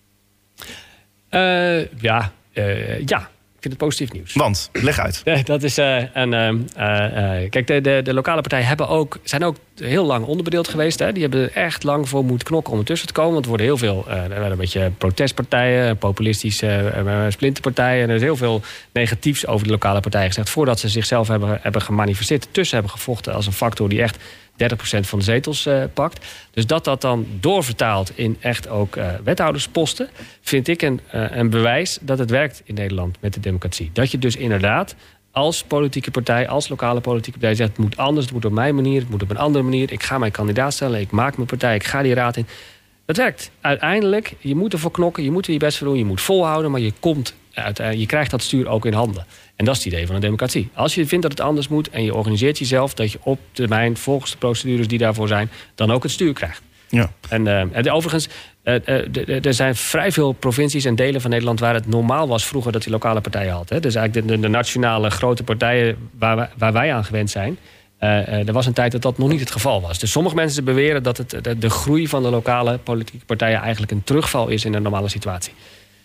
Uh, ja, uh, ja. Ik vind het positief nieuws. Want, leg uit. Ja, dat is uh, een. Uh, uh, kijk, de, de, de lokale partijen hebben ook, zijn ook heel lang onderbedeeld geweest. Hè. Die hebben er echt lang voor moeten knokken om ertussen te komen. Want er worden heel veel. Uh, er werden een beetje protestpartijen, populistische uh, splinterpartijen. En er is heel veel negatiefs over de lokale partijen gezegd. Voordat ze zichzelf hebben, hebben gemanifesteerd. Tussen hebben gevochten als een factor die echt dertig procent van de zetels uh, pakt. Dus dat dat dan doorvertaalt in echt ook uh, wethoudersposten, vind ik een, uh, een bewijs dat het werkt in Nederland met de democratie. Dat je dus inderdaad als politieke partij, als lokale politieke partij zegt, het moet anders, het moet op mijn manier, het moet op een andere manier. Ik ga mijn kandidaat stellen, ik maak mijn partij, ik ga die raad in. Dat werkt. Uiteindelijk, je moet ervoor knokken, je moet er je best voor doen, je moet volhouden, maar je komt uit, je krijgt dat stuur ook in handen. En dat is het idee van een democratie. Als je vindt dat het anders moet en je organiseert jezelf, dat je op termijn volgens de procedures die daarvoor zijn, dan ook het stuur krijgt. Ja. En, uh, en overigens, uh, uh, er zijn vrij veel provincies en delen van Nederland waar het normaal was vroeger dat die lokale partijen had. Hè. Dus eigenlijk de, de, de nationale grote partijen waar, wij, waar wij aan gewend zijn. Uh, uh, er was een tijd dat dat nog niet het geval was. Dus sommige mensen beweren dat het, de, de groei van de lokale politieke partijen eigenlijk een terugval is in een normale situatie.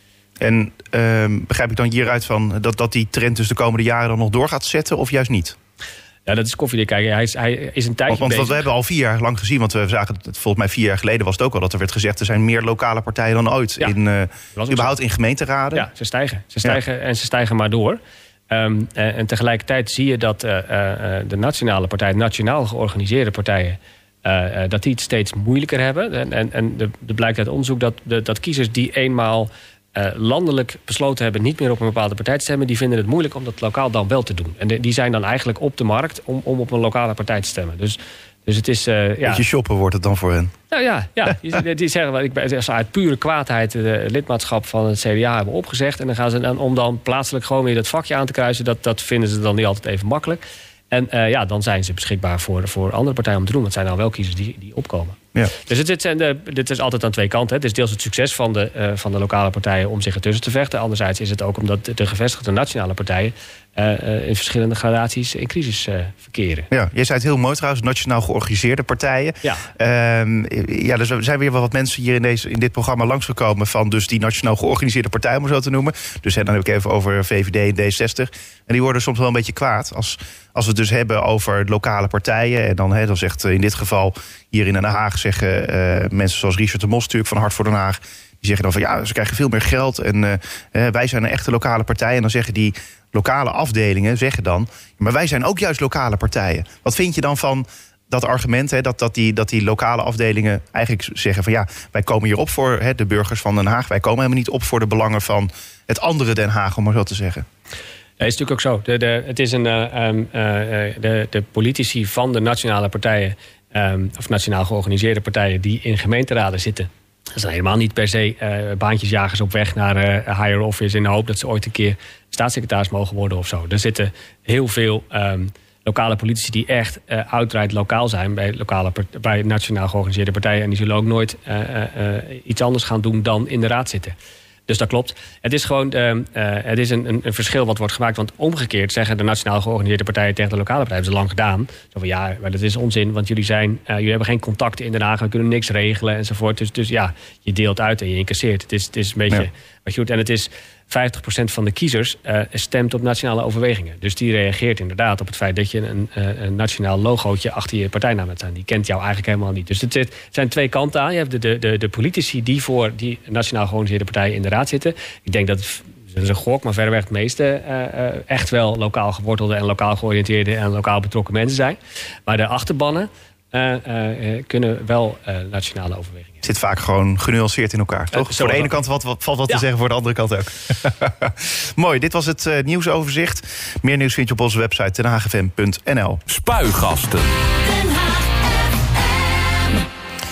En uh, begrijp ik dan hieruit van dat, dat die trend dus de komende jaren dan nog door gaat zetten of juist niet? Ja, dat is koffiedik. Kijk, hij is, hij is een tijdje Want, want bezig. we hebben al vier jaar lang gezien, want we zagen het volgens mij vier jaar geleden was het ook al dat er werd gezegd er zijn meer lokale partijen dan ooit. Ja, in, uh, überhaupt in gemeenteraden. Ja, ze stijgen. Ze stijgen ja. En ze stijgen maar door. Um, en, en tegelijkertijd zie je dat uh, uh, de nationale partijen, nationaal georganiseerde partijen, Uh, uh, dat die het steeds moeilijker hebben. En, en, en er blijkt uit onderzoek dat, de, dat kiezers die eenmaal uh, landelijk besloten hebben niet meer op een bepaalde partij te stemmen, die vinden het moeilijk om dat lokaal dan wel te doen. En de, die zijn dan eigenlijk op de markt om, om op een lokale partij te stemmen. Dus, dus het is... Uh, ja. Beetje shoppen wordt het dan voor hen. Nou ja, ja die, die zeggen wel, ik ben uit pure kwaadheid de lidmaatschap van het C D A hebben opgezegd. En dan gaan ze dan, om dan plaatselijk gewoon weer dat vakje aan te kruisen, dat, dat vinden ze dan niet altijd even makkelijk. En uh, ja, dan zijn ze beschikbaar voor, voor andere partijen om te doen. Want het zijn dan wel kiezers die, die opkomen. Ja. Dus het, het, zijn de, dit is altijd aan twee kanten. Hè. Het is deels het succes van de, uh, van de lokale partijen om zich ertussen te vechten. Anderzijds is het ook omdat de gevestigde nationale partijen uh, uh, in verschillende gradaties in crisis uh, verkeren. Ja, jij zei het heel mooi trouwens, nationaal georganiseerde partijen. Ja, um, ja er zijn weer wel wat mensen hier in, deze, in dit programma langsgekomen van dus die nationaal georganiseerde partij, om het zo te noemen. Dus hè, dan heb ik even over V V D en D zestig. En die worden soms wel een beetje kwaad als, als we het dus hebben over lokale partijen. En dan, hè, dan zegt in dit geval hier in Den Haag zeggen uh, mensen zoals Richard de Mos natuurlijk van Hart voor Den Haag, die zeggen dan van ja, ze krijgen veel meer geld en uh, wij zijn een echte lokale partij. En dan zeggen die lokale afdelingen, zeggen dan, maar wij zijn ook juist lokale partijen. Wat vind je dan van dat argument, hè, dat, dat, die, dat die lokale afdelingen eigenlijk zeggen van ja, wij komen hier op voor hè, de burgers van Den Haag. Wij komen helemaal niet op voor de belangen van het andere Den Haag, om maar zo te zeggen. Ja, is natuurlijk ook zo. De, de, het is een, uh, um, uh, de, de politici van de nationale partijen, um, of nationaal georganiseerde partijen die in gemeenteraden zitten, dat zijn helemaal niet per se uh, baantjesjagers op weg naar uh, higher office in de hoop dat ze ooit een keer staatssecretaris mogen worden of zo. Er zitten heel veel um, lokale politici die echt uh, outright lokaal zijn bij, lokale, bij nationaal georganiseerde partijen. En die zullen ook nooit uh, uh, iets anders gaan doen dan in de raad zitten. Dus dat klopt. Het is gewoon uh, uh, het is een, een, een verschil wat wordt gemaakt. Want omgekeerd zeggen de nationaal georganiseerde partijen tegen de lokale partijen, hebben ze lang gedaan. Zo van ja, maar dat is onzin, want jullie, zijn, uh, jullie hebben geen contacten in Den Haag, we kunnen niks regelen enzovoort. Dus, dus ja, je deelt uit en je incasseert. Het is, het is een beetje ja. wat je doet. En het is vijftig procent van de kiezers uh, stemt op nationale overwegingen. Dus die reageert inderdaad op het feit dat je een, uh, een nationaal logootje achter je partijnaam hebt staan. Die kent jou eigenlijk helemaal niet. Dus het, het zijn twee kanten aan. Je hebt de, de, de, de politici die voor die nationaal georganiseerde partijen in de raad zitten. Ik denk dat het, dat is een gok, maar verreweg het meeste uh, uh, echt wel lokaal gewortelde en lokaal georiënteerde en lokaal betrokken mensen zijn. Maar de achterbannen Uh, uh, kunnen wel uh, nationale overwegingen. Het zit vaak gewoon genuanceerd in elkaar, toch? Uh, voor de ene kant wat, wat, valt wat ja. te zeggen, voor de andere kant ook. Mooi, dit was het uh, nieuwsoverzicht. Meer nieuws vind je op onze website den haag f m punt n l. Spuigasten.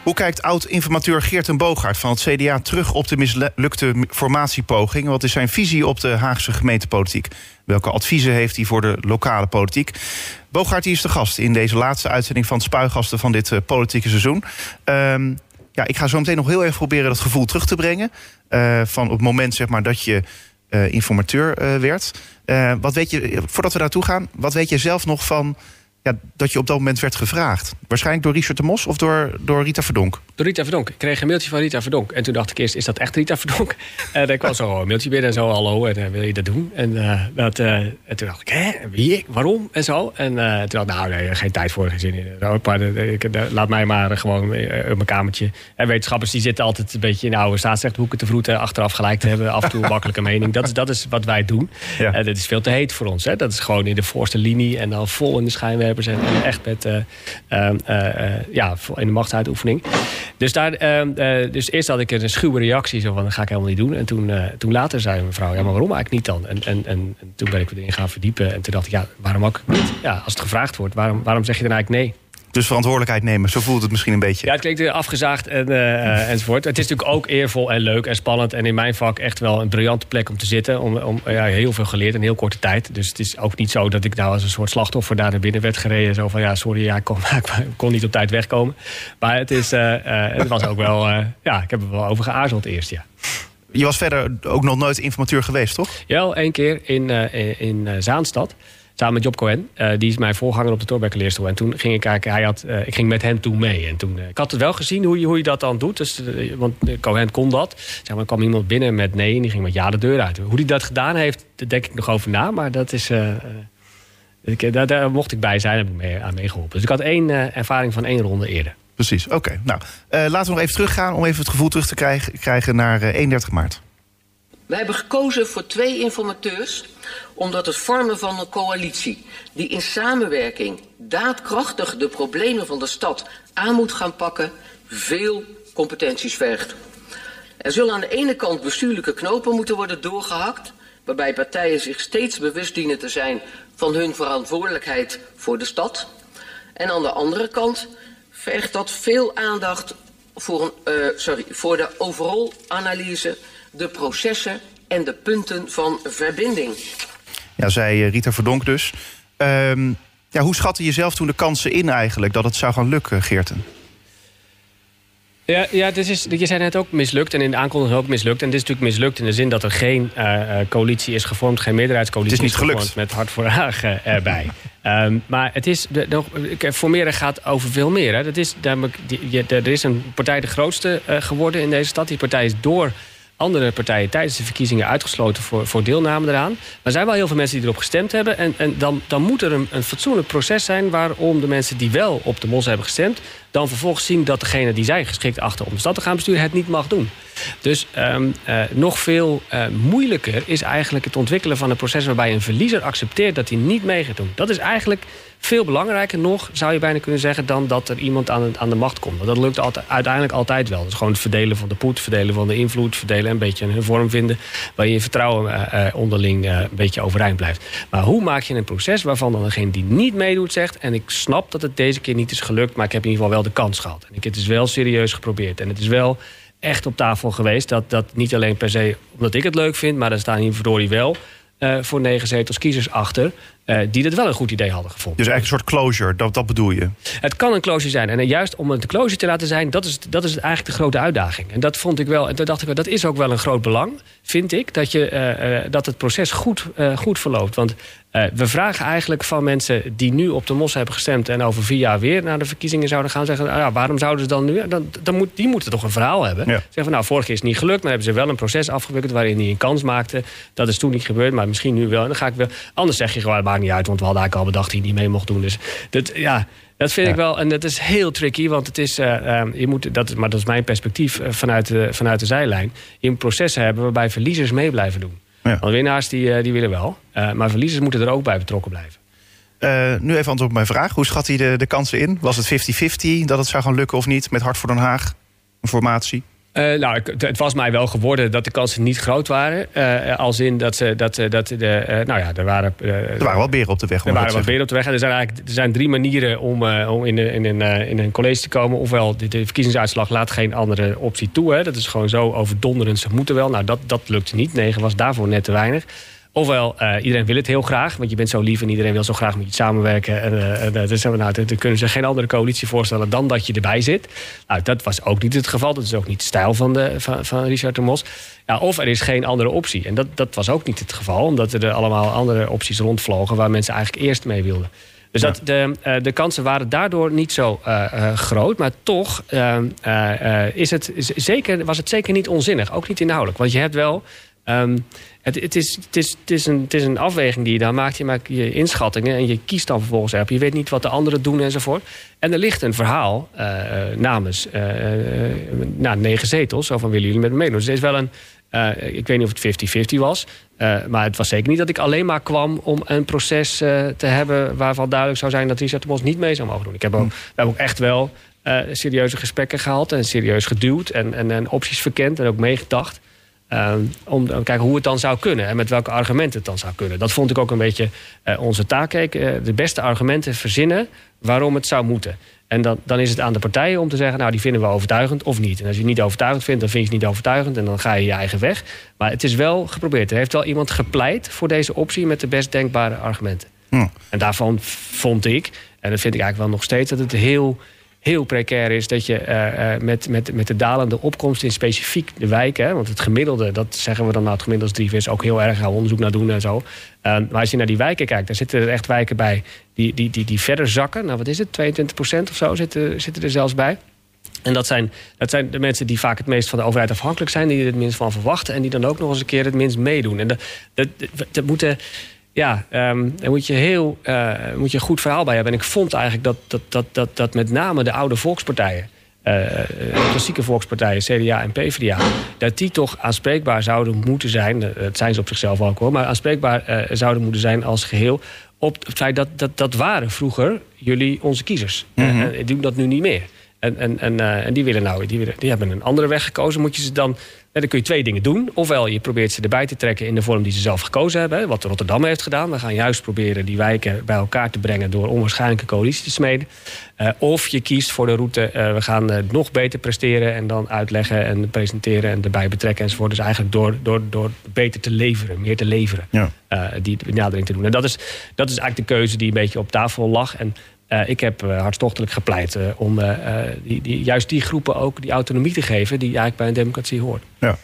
Hoe kijkt oud-informateur Geert Bogaert van het C D A terug op de mislukte formatiepoging? Wat is zijn visie op de Haagse gemeentepolitiek? Welke adviezen heeft hij voor de lokale politiek? Bogaert is de gast in deze laatste uitzending van Spuigasten van dit uh, politieke seizoen. Um, ja, ik ga zo meteen nog heel erg proberen dat gevoel terug te brengen. Uh, van op het moment zeg maar, dat je uh, informateur uh, werd. Uh, wat weet je, voordat we daartoe gaan, wat weet je zelf nog van... Ja, dat je op dat moment werd gevraagd? Waarschijnlijk door Richard de Mos of door, door Rita Verdonk? Door Rita Verdonk. Ik kreeg een mailtje van Rita Verdonk. En toen dacht ik eerst, is dat echt Rita Verdonk? En dan kwam zo een mailtje binnen en zo, hallo, en uh, wil je dat doen? En, uh, dat, uh, en toen dacht ik, hè, wie, waarom? En zo. En uh, toen dacht ik, nou, nee, geen tijd voor, geen zin in. Maar, uh, ik, uh, laat mij maar gewoon uh, op mijn kamertje. En wetenschappers die zitten altijd een beetje in de oude staatsrechthoeken te vroeten, achteraf gelijk te hebben, af en toe een makkelijke mening. Dat is, dat is wat wij doen. Ja. En dat is veel te heet voor ons. Hè? Dat is gewoon in de voorste linie en dan vol in de schijnwerpers en, en echt met uh, uh, uh, ja, in de machtsuitoefening. Dus, daar, uh, uh, dus eerst had ik een schuwe reactie, zo van, dat ga ik helemaal niet doen. En toen, uh, toen later zei mevrouw, ja, maar waarom eigenlijk niet dan? En, en, en, en toen ben ik erin gaan verdiepen. En toen dacht ik, ja, waarom ook niet? Ja, als het gevraagd wordt, waarom, waarom zeg je dan eigenlijk nee? Dus verantwoordelijkheid nemen, zo voelt het misschien een beetje. Ja, het klinkt afgezaagd en, uh, enzovoort. Het is natuurlijk ook eervol en leuk en spannend. En in mijn vak echt wel een briljante plek om te zitten. Om, om ja, heel veel geleerd in heel korte tijd. Dus het is ook niet zo dat ik nou als een soort slachtoffer daar naar binnen werd gereden. Zo van, ja, sorry, ja, ik, kon, ik kon niet op tijd wegkomen. Maar het, is, uh, uh, het was ook wel, uh, ja, ik heb er wel over geaarzeld eerst, ja. Je was verder ook nog nooit informateur geweest, toch? Ja, één keer in, uh, in uh, Zaanstad. Samen met Job Cohen. Uh, die is mijn voorganger op de Thorbecke-leerstoel. En toen ging ik kijken, hij had, uh, ik ging met hem toen mee. En toen, uh, ik had het wel gezien hoe je, hoe je dat dan doet. Dus, uh, want uh, Cohen kon dat. Zeg maar, er kwam iemand binnen met nee en die ging met ja de deur uit. Hoe hij dat gedaan heeft, daar denk ik nog over na. Maar dat is, uh, uh, ik, daar, daar mocht ik bij zijn, heb ik mee, aan meegeholpen. Dus ik had één uh, ervaring van één ronde eerder. Precies, oké. Okay. Nou, uh, laten we nog even teruggaan om even het gevoel terug te krijgen, krijgen naar uh, eenendertig maart. Wij hebben gekozen voor twee informateurs omdat het vormen van een coalitie die in samenwerking daadkrachtig de problemen van de stad aan moet gaan pakken, veel competenties vergt. Er zullen aan de ene kant bestuurlijke knopen moeten worden doorgehakt, waarbij partijen zich steeds bewust dienen te zijn van hun verantwoordelijkheid voor de stad. En aan de andere kant vergt dat veel aandacht voor, een, uh, sorry, voor de overall analyse, de processen en de punten van verbinding. Ja, zei Rita Verdonk dus. Um, ja, hoe schatte je zelf toen de kansen in eigenlijk dat het zou gaan lukken, Geerten? Ja, ja dus is, je zei net ook mislukt en in de aankondiging ook mislukt. En dit is natuurlijk mislukt in de zin dat er geen uh, coalitie is gevormd, geen meerderheidscoalitie het is niet is gelukt. gevormd met Hart voor Haag uh, erbij. um, maar het is, de, de, formeren gaat over veel meer. Hè. Dat is, die, je, er is een partij de grootste uh, geworden in deze stad. Die partij is door andere partijen tijdens de verkiezingen uitgesloten voor, voor deelname eraan. Maar er zijn wel heel veel mensen die erop gestemd hebben. En, en dan, dan moet er een, een fatsoenlijk proces zijn waarom de mensen die wel op de Mos hebben gestemd dan vervolgens zien dat degene die zij geschikt achter om de stad te gaan besturen het niet mag doen. Dus um, uh, nog veel uh, moeilijker is eigenlijk het ontwikkelen van een proces waarbij een verliezer accepteert dat hij niet mee gaat doen. Dat is eigenlijk veel belangrijker nog, zou je bijna kunnen zeggen, dan dat er iemand aan, aan de macht komt. Want dat lukt altijd, uiteindelijk altijd wel. Dat is gewoon het verdelen van de poet, verdelen van de invloed, verdelen en een beetje een vorm vinden waar je vertrouwen uh, uh, onderling uh, een beetje overeind blijft. Maar hoe maak je een proces waarvan dan degene die niet meedoet zegt, en ik snap dat het deze keer niet is gelukt, maar ik heb in ieder geval wel de kans gehad. En ik, het is wel serieus geprobeerd. En het is wel echt op tafel geweest dat dat niet alleen per se omdat ik het leuk vind, maar er staan hier verdorie wel uh, voor negen zetels kiezers achter Uh, die dat wel een goed idee hadden gevonden. Dus eigenlijk een soort closure, dat, dat bedoel je? Het kan een closure zijn. En juist om het een closure te laten zijn, dat is, dat is eigenlijk de grote uitdaging. En dat vond ik wel, en toen dacht ik wel, dat is ook wel een groot belang, vind ik, dat, je, uh, uh, dat het proces goed, uh, goed verloopt. Want uh, we vragen eigenlijk van mensen die nu op de Mos hebben gestemd en over vier jaar weer naar de verkiezingen zouden gaan, zeggen, ah, ja, waarom zouden ze dan nu? Dan, dan moet, die moeten toch een verhaal hebben. Ja. Zeggen van, nou, vorige keer is het niet gelukt, maar hebben ze wel een proces afgewikkeld waarin die een kans maakte. Dat is toen niet gebeurd, maar misschien nu wel. En dan ga ik wel. Anders zeg je gewoon, het maakt niet uit, want we hadden eigenlijk al bedacht die niet mee mocht doen. Dus dat, ja, dat vind ja. ik wel. En dat is heel tricky, want het is, uh, uh, je moet, dat, maar dat is mijn perspectief uh, vanuit, de, vanuit de zijlijn. Je moet processen hebben waarbij verliezers mee blijven doen. Ja. Want winnaars die, uh, die willen wel. Uh, maar verliezers moeten er ook bij betrokken blijven. Uh, nu even antwoord op mijn vraag. Hoe schat hij de, de kansen in? Was het vijftig vijftig dat het zou gaan lukken of niet met Hart voor Den Haag? Een formatie? Uh, nou, ik, het was mij wel geworden dat de kansen niet groot waren. Uh, als in dat ze... Dat, dat de, uh, nou ja, er waren... Uh, er waren wel beren op de weg. Er waren wel beren op de weg. En er zijn eigenlijk er zijn drie manieren om, uh, om in, in, in, uh, in een college te komen. Ofwel, de, de verkiezingsuitslag laat geen andere optie toe. Hè. Dat is gewoon zo overdonderend. Ze moeten wel. Nou, dat, dat lukte niet. Negen was daarvoor net te weinig. Ofwel, uh, iedereen wil het heel graag, want je bent zo lief en iedereen wil zo graag met je samenwerken. En, uh, en uh, dus, nou, dan kunnen ze geen andere coalitie voorstellen dan dat je erbij zit. Nou, dat was ook niet het geval. Dat is ook niet de stijl van, de, van, van Richard de Mos. Ja, of er is geen andere optie. En dat, dat was ook niet het geval, omdat er allemaal andere opties rondvlogen waar mensen eigenlijk eerst mee wilden. Dus dat, de, uh, de kansen waren daardoor niet zo uh, uh, groot. Maar toch uh, uh, is het, zeker, was het zeker niet onzinnig. Ook niet inhoudelijk. Want je hebt wel... Um, het, het, is, het, is, het, is een, het is een afweging die je dan maakt. Je maakt je inschattingen en je kiest dan vervolgens erop. Je weet niet wat de anderen doen enzovoort. En er ligt een verhaal uh, namens uh, uh, na negen zetels. Zo van, willen jullie met me meedoen? Dus er is wel een... Uh, ik weet niet of het vijftig vijftig was. Uh, maar het was zeker niet dat ik alleen maar kwam om een proces uh, te hebben waarvan duidelijk zou zijn dat Richard de Mos niet mee zou mogen doen. Ik heb ook, we hebben ook echt wel uh, serieuze gesprekken gehad en serieus geduwd en, en, en opties verkend en ook meegedacht. Uh, om te kijken hoe het dan zou kunnen en met welke argumenten het dan zou kunnen. Dat vond ik ook een beetje uh, onze taak. Uh, de beste argumenten verzinnen waarom het zou moeten. En dan, dan is het aan de partijen om te zeggen, nou, die vinden we overtuigend of niet. En als je het niet overtuigend vindt, dan vind je het niet overtuigend en dan ga je je eigen weg. Maar het is wel geprobeerd. Er heeft wel iemand gepleit voor deze optie met de best denkbare argumenten. Hm. En daarvan vond ik, en dat vind ik eigenlijk wel nog steeds, dat het heel... heel precair is dat je uh, uh, met, met, met de dalende opkomst in specifiek de wijken... Hè, want het gemiddelde, dat zeggen we dan nou, het gemiddelde is drie, is ook heel erg, gaan we onderzoek naar doen en zo. Uh, maar als je naar die wijken kijkt, daar zitten er echt wijken bij die, die, die, die verder zakken. Nou, wat is het, tweeëntwintig procent of zo zitten, zitten er zelfs bij. En dat zijn, dat zijn de mensen die vaak het meest van de overheid afhankelijk zijn... die er het minst van verwachten en die dan ook nog eens een keer het minst meedoen. En dat, dat, dat, dat moeten... Ja, um, daar moet je heel uh, moet je een goed verhaal bij hebben. En ik vond eigenlijk dat, dat, dat, dat, dat met name de oude volkspartijen... Uh, klassieke volkspartijen, C D A en P v d A... dat die toch aanspreekbaar zouden moeten zijn... dat zijn ze op zichzelf ook hoor... maar aanspreekbaar uh, zouden moeten zijn als geheel... op het feit dat dat, dat waren vroeger jullie onze kiezers. Mm-hmm. Uh, die doen dat nu niet meer. En, en, en, uh, en die willen nou, die, willen, die hebben een andere weg gekozen. Moet je ze dan... Dan kun je twee dingen doen. Ofwel je probeert ze erbij te trekken in de vorm die ze zelf gekozen hebben. Wat Rotterdam heeft gedaan. We gaan juist proberen die wijken bij elkaar te brengen... door onwaarschijnlijke coalities te smeden. Uh, of je kiest voor de route... Uh, we gaan uh, nog beter presteren en dan uitleggen en presenteren... en erbij betrekken enzovoort. Dus eigenlijk door, door, door beter te leveren, meer te leveren. Ja. Uh, die benadering te doen. En dat is, dat is eigenlijk de keuze die een beetje op tafel lag... En Uh, ik heb uh, hartstochtelijk gepleit uh, om uh, die, die, juist die groepen ook die autonomie te geven... die eigenlijk bij een democratie hoort. Ja.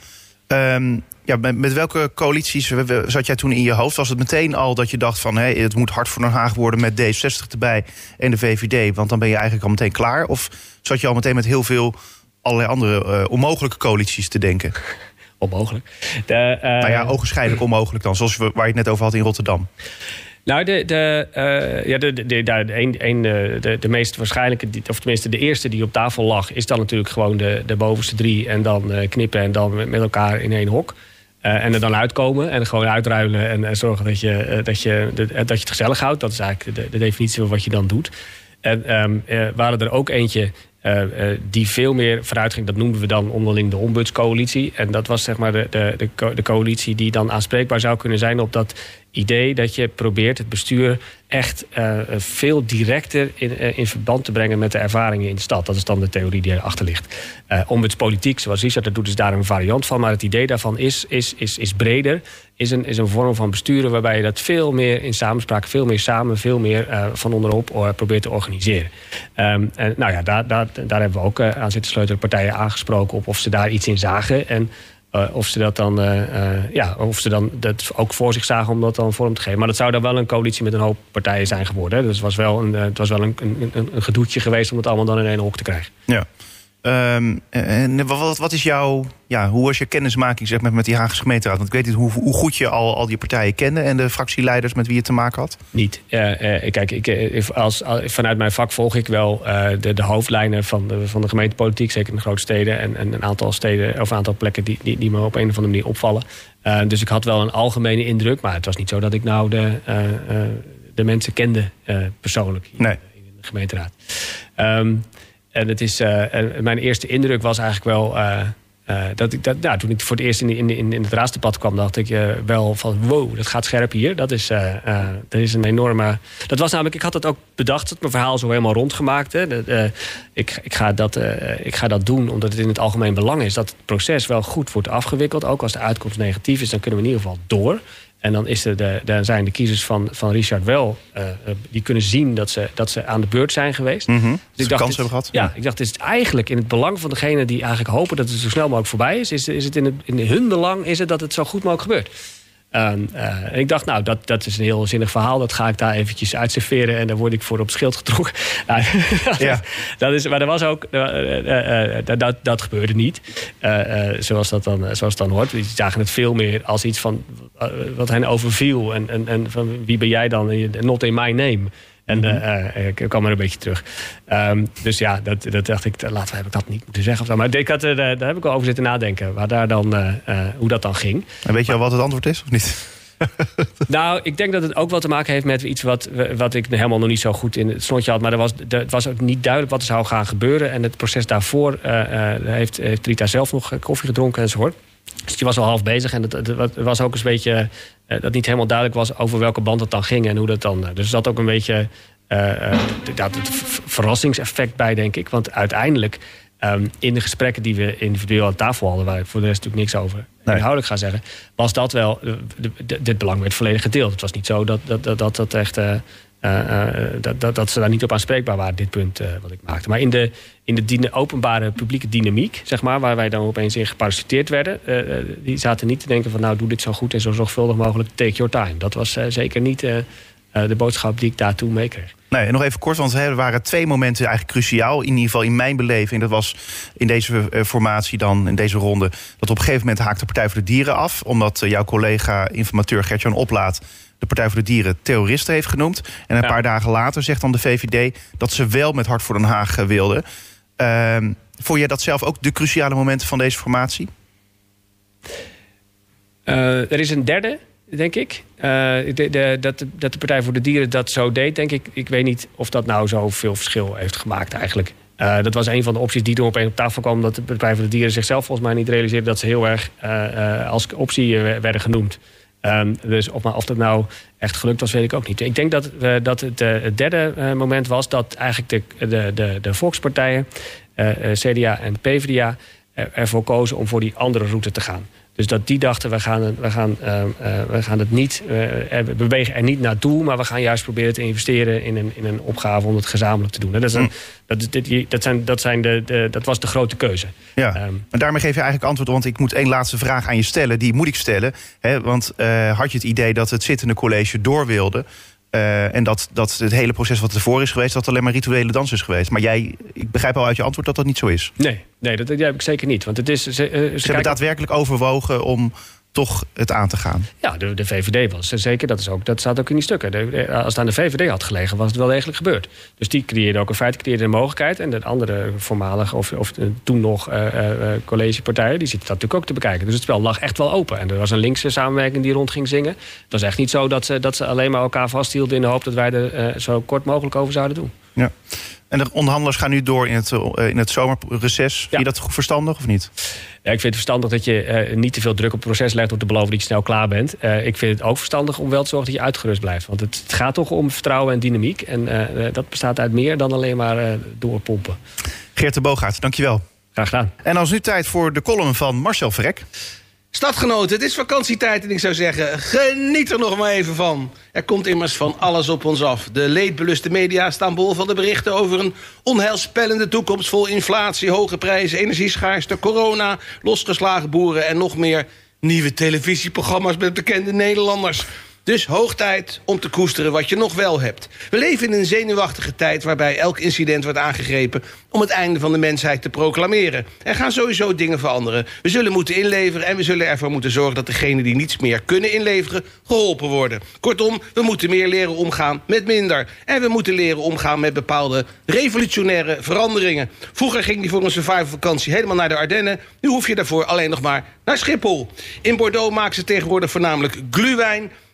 Um, ja, met, met welke coalities zat jij toen in je hoofd? Was het meteen al dat je dacht van... Hey, het moet hard voor Den Haag worden met D zesenzestig erbij en de V V D... want dan ben je eigenlijk al meteen klaar? Of zat je al meteen met heel veel allerlei andere uh, onmogelijke coalities te denken? Onmogelijk. De, uh... Nou ja, ogenschijnlijk onmogelijk dan, zoals we, waar je het net over had in Rotterdam. Nou, de, de, uh, ja, de, de, de, de, een, een, de, de meest waarschijnlijke, of tenminste de eerste die op tafel lag... is dan natuurlijk gewoon de, de bovenste drie en dan uh, knippen en dan met, met elkaar in één hok. Uh, en er dan uitkomen en gewoon uitruilen en, en zorgen dat je, uh, dat, je, de, dat je het gezellig houdt. Dat is eigenlijk de, de definitie van wat je dan doet. En um, uh, waren er ook eentje... Uh, uh, die veel meer vooruit ging, dat noemden we dan onderling de ombudscoalitie. En dat was zeg maar de, de, de, co- de coalitie die dan aanspreekbaar zou kunnen zijn op dat idee dat je probeert het bestuur echt uh, veel directer in, uh, in verband te brengen met de ervaringen in de stad. Dat is dan de theorie die erachter ligt. Uh, ombudspolitiek, zoals Richard dat doet, is daar een variant van. Maar het idee daarvan is, is, is, is breder. Is een, is een vorm van besturen waarbij je dat veel meer in samenspraak, veel meer samen, veel meer uh, van onderop uh, probeert te organiseren. Um, en nou ja, daar, daar, daar hebben we ook uh, aan zitten sleutelen partijen aangesproken op of ze daar iets in zagen. En uh, of ze dat dan, uh, uh, ja, of ze dan dat ook voor zich zagen om dat dan vorm te geven. Maar dat zou dan wel een coalitie met een hoop partijen zijn geworden. Hè. Dus het was wel een, uh, het was wel een, een, een gedoetje geweest om het allemaal dan in één hok te krijgen. Ja. Um, en wat, wat is jouw, ja, hoe was je kennismaking zeg maar, met die Haagse gemeenteraad? Want ik weet niet hoe, hoe goed je al, al die partijen kende en de fractieleiders met wie je te maken had. Niet. Uh, uh, kijk, ik, als, als, vanuit mijn vak volg ik wel uh, de, de hoofdlijnen van de, van de gemeentepolitiek, zeker in de grote steden en, en een aantal steden of een aantal plekken die, die, die me op een of andere manier opvallen. Uh, dus ik had wel een algemene indruk, maar het was niet zo dat ik nou de, uh, uh, de mensen kende uh, persoonlijk hier, nee. in de gemeenteraad. Um, En het is, uh, mijn eerste indruk was eigenlijk wel... Uh, Uh, dat ik dat, nou, toen ik voor het eerst in, in, in, in het raadsdebat kwam, dacht ik uh, wel van wow, dat gaat scherp hier. Dat is, uh, uh, dat is een enorme. Dat was namelijk, ik had het ook bedacht, het mijn verhaal zo helemaal rondgemaakt. Hè. De, uh, ik, ik, ga dat, uh, ik ga dat doen omdat het in het algemeen belang is dat het proces wel goed wordt afgewikkeld. Ook als de uitkomst negatief is, dan kunnen we in ieder geval door. En dan, is er de, dan zijn de kiezers van, van Richard wel, uh, die kunnen zien dat ze, dat ze aan de beurt zijn geweest. Mm-hmm. Dus ik dacht, kans hebben gehad. Ja, ik dacht, het is eigenlijk in het belang van degene die eigenlijk hopen dat het zo snel mogelijk voorbij is. Is, is het in, het, in hun belang is het dat het zo goed mogelijk gebeurt. Um, uh, en ik dacht, nou, dat, dat is een heel zinnig verhaal. Dat ga ik daar eventjes uitserveren en daar word ik voor op schild getrokken. Nou, ja. dat is, maar dat was ook, uh, uh, uh, dat, dat gebeurde niet. Uh, uh, zoals, dat dan, zoals het dan hoort. We zagen het veel meer als iets van uh, wat hen overviel. En, en, en van wie ben jij dan? Not in my name. En uh, uh, ik kwam er een beetje terug. Um, dus ja, dat, dat dacht ik, laten we heb ik dat niet moeten zeggen. Of zo. Maar ik had, uh, daar heb ik wel over zitten nadenken. Waar daar dan, uh, uh, hoe dat dan ging. En weet je al wat het antwoord is, of niet? Nou, ik denk dat het ook wel te maken heeft met iets wat, wat ik helemaal nog niet zo goed in het snotje had. Maar er was, er, het was ook niet duidelijk wat er zou gaan gebeuren. En het proces daarvoor uh, uh, heeft, heeft Rita zelf nog koffie gedronken enzovoort. Dus die was al half bezig. En het, het was ook een beetje uh, dat niet helemaal duidelijk was over welke band het dan ging en hoe dat dan. Uh, dus er zat ook een beetje uh, uh, dat het verrassingseffect bij, denk ik. Want uiteindelijk um, in de gesprekken die we individueel aan tafel hadden, waar ik voor de rest natuurlijk niks over nee. inhoudelijk ga zeggen, was dat wel, dit belang werd volledig gedeeld. Het was niet zo dat dat, dat, dat, dat echt Uh, Uh, uh, dat, dat, dat ze daar niet op aanspreekbaar waren, dit punt uh, wat ik maakte. Maar in de, in de dine, openbare publieke dynamiek, zeg maar, waar wij dan opeens in geparasiteerd werden, uh, uh, die zaten niet te denken van nou, doe dit zo goed en zo zorgvuldig mogelijk, take your time. Dat was uh, zeker niet uh, uh, de boodschap die ik daartoe meekreeg. Nee, en nog even kort, want er waren twee momenten eigenlijk cruciaal. In ieder geval in mijn beleving. Dat was in deze uh, formatie dan, in deze ronde, dat op een gegeven moment haakte de Partij voor de Dieren af, omdat uh, jouw collega, informateur Gert-Jan Oplaat, de Partij voor de Dieren terroristen heeft genoemd. En een ja. paar dagen later zegt dan de V V D dat ze wel met Hart voor Den Haag uh, wilden. Uh, vond jij dat zelf ook de cruciale momenten van deze formatie? Uh, er is een derde, denk ik. Uh, de, de, dat, de, dat de Partij voor de Dieren dat zo deed, denk ik. Ik weet niet of dat nou zoveel verschil heeft gemaakt eigenlijk. Uh, dat was een van de opties die er opeens op tafel kwam, dat de Partij voor de Dieren zichzelf volgens mij niet realiseerde dat ze heel erg uh, uh, als optie uh, werden genoemd. Um, dus of, maar of dat nou echt gelukt was, weet ik ook niet. Ik denk dat, uh, dat het, uh, het derde uh, moment was dat eigenlijk de, de, de, de volkspartijen, uh, C D A en P v d A, uh, ervoor kozen om voor die andere route te gaan. Dus dat die dachten, we gaan, we gaan, uh, uh, we gaan het niet, uh, we bewegen er niet naartoe, maar we gaan juist proberen te investeren in een, in een opgave om het gezamenlijk te doen. Dat, is een, mm. dat, dit, dat, zijn, dat, zijn de, de, dat was de grote keuze. Ja, um, en daarmee geef je eigenlijk antwoord, want ik moet één laatste vraag aan je stellen. Die moet ik stellen. Hè, want uh, had je het idee dat het zittende college door wilde, Uh, en dat, dat het hele proces wat ervoor is geweest, dat alleen maar rituele dans is geweest. Maar jij, ik begrijp al uit je antwoord dat dat niet zo is. Nee, nee dat, dat heb ik zeker niet. Want het is, ze, uh, ze, ze hebben kijken... daadwerkelijk overwogen om toch het aan te gaan. Ja, de, de V V D was zeker. Dat, is ook, dat staat ook in die stukken. De, de, als het aan de V V D had gelegen, was het wel degelijk gebeurd. Dus die creëerde ook een feit, creëerde een mogelijkheid. En de andere voormalige, of, of toen nog uh, uh, collegepartijen, die zitten dat natuurlijk ook te bekijken. Dus het spel lag echt wel open. En er was een linkse samenwerking die rond ging zingen. Het was echt niet zo dat ze, dat ze alleen maar elkaar vasthielden in de hoop dat wij er uh, zo kort mogelijk over zouden doen. Ja. En de onderhandelaars gaan nu door in het, uh, in het zomerreces. Vind ja. je dat verstandig of niet? Ja, ik vind het verstandig dat je uh, niet te veel druk op het proces legt om te beloven dat je snel klaar bent. Uh, ik vind het ook verstandig om wel te zorgen dat je uitgerust blijft. Want het, het gaat toch om vertrouwen en dynamiek. En uh, dat bestaat uit meer dan alleen maar uh, doorpompen. Geert de Boogaard, dankjewel. Graag gedaan. En dan is nu tijd voor de column van Marcel Verrek. Stadgenoten, het is vakantietijd en ik zou zeggen, geniet er nog maar even van. Er komt immers van alles op ons af. De leedbeluste media staan bol van de berichten over een onheilspellende toekomst vol inflatie, hoge prijzen, energieschaarste, corona, losgeslagen boeren en nog meer nieuwe televisieprogramma's met bekende Nederlanders. Dus hoog tijd om te koesteren wat je nog wel hebt. We leven in een zenuwachtige tijd waarbij elk incident wordt aangegrepen om het einde van de mensheid te proclameren. Er gaan sowieso dingen veranderen. We zullen moeten inleveren en we zullen ervoor moeten zorgen dat degenen die niets meer kunnen inleveren geholpen worden. Kortom, we moeten meer leren omgaan met minder. En we moeten leren omgaan met bepaalde revolutionaire veranderingen. Vroeger ging die voor een survival-vakantie helemaal naar de Ardennen. Nu hoef je daarvoor alleen nog maar naar Schiphol. In Bordeaux maken ze tegenwoordig voornamelijk glühwein.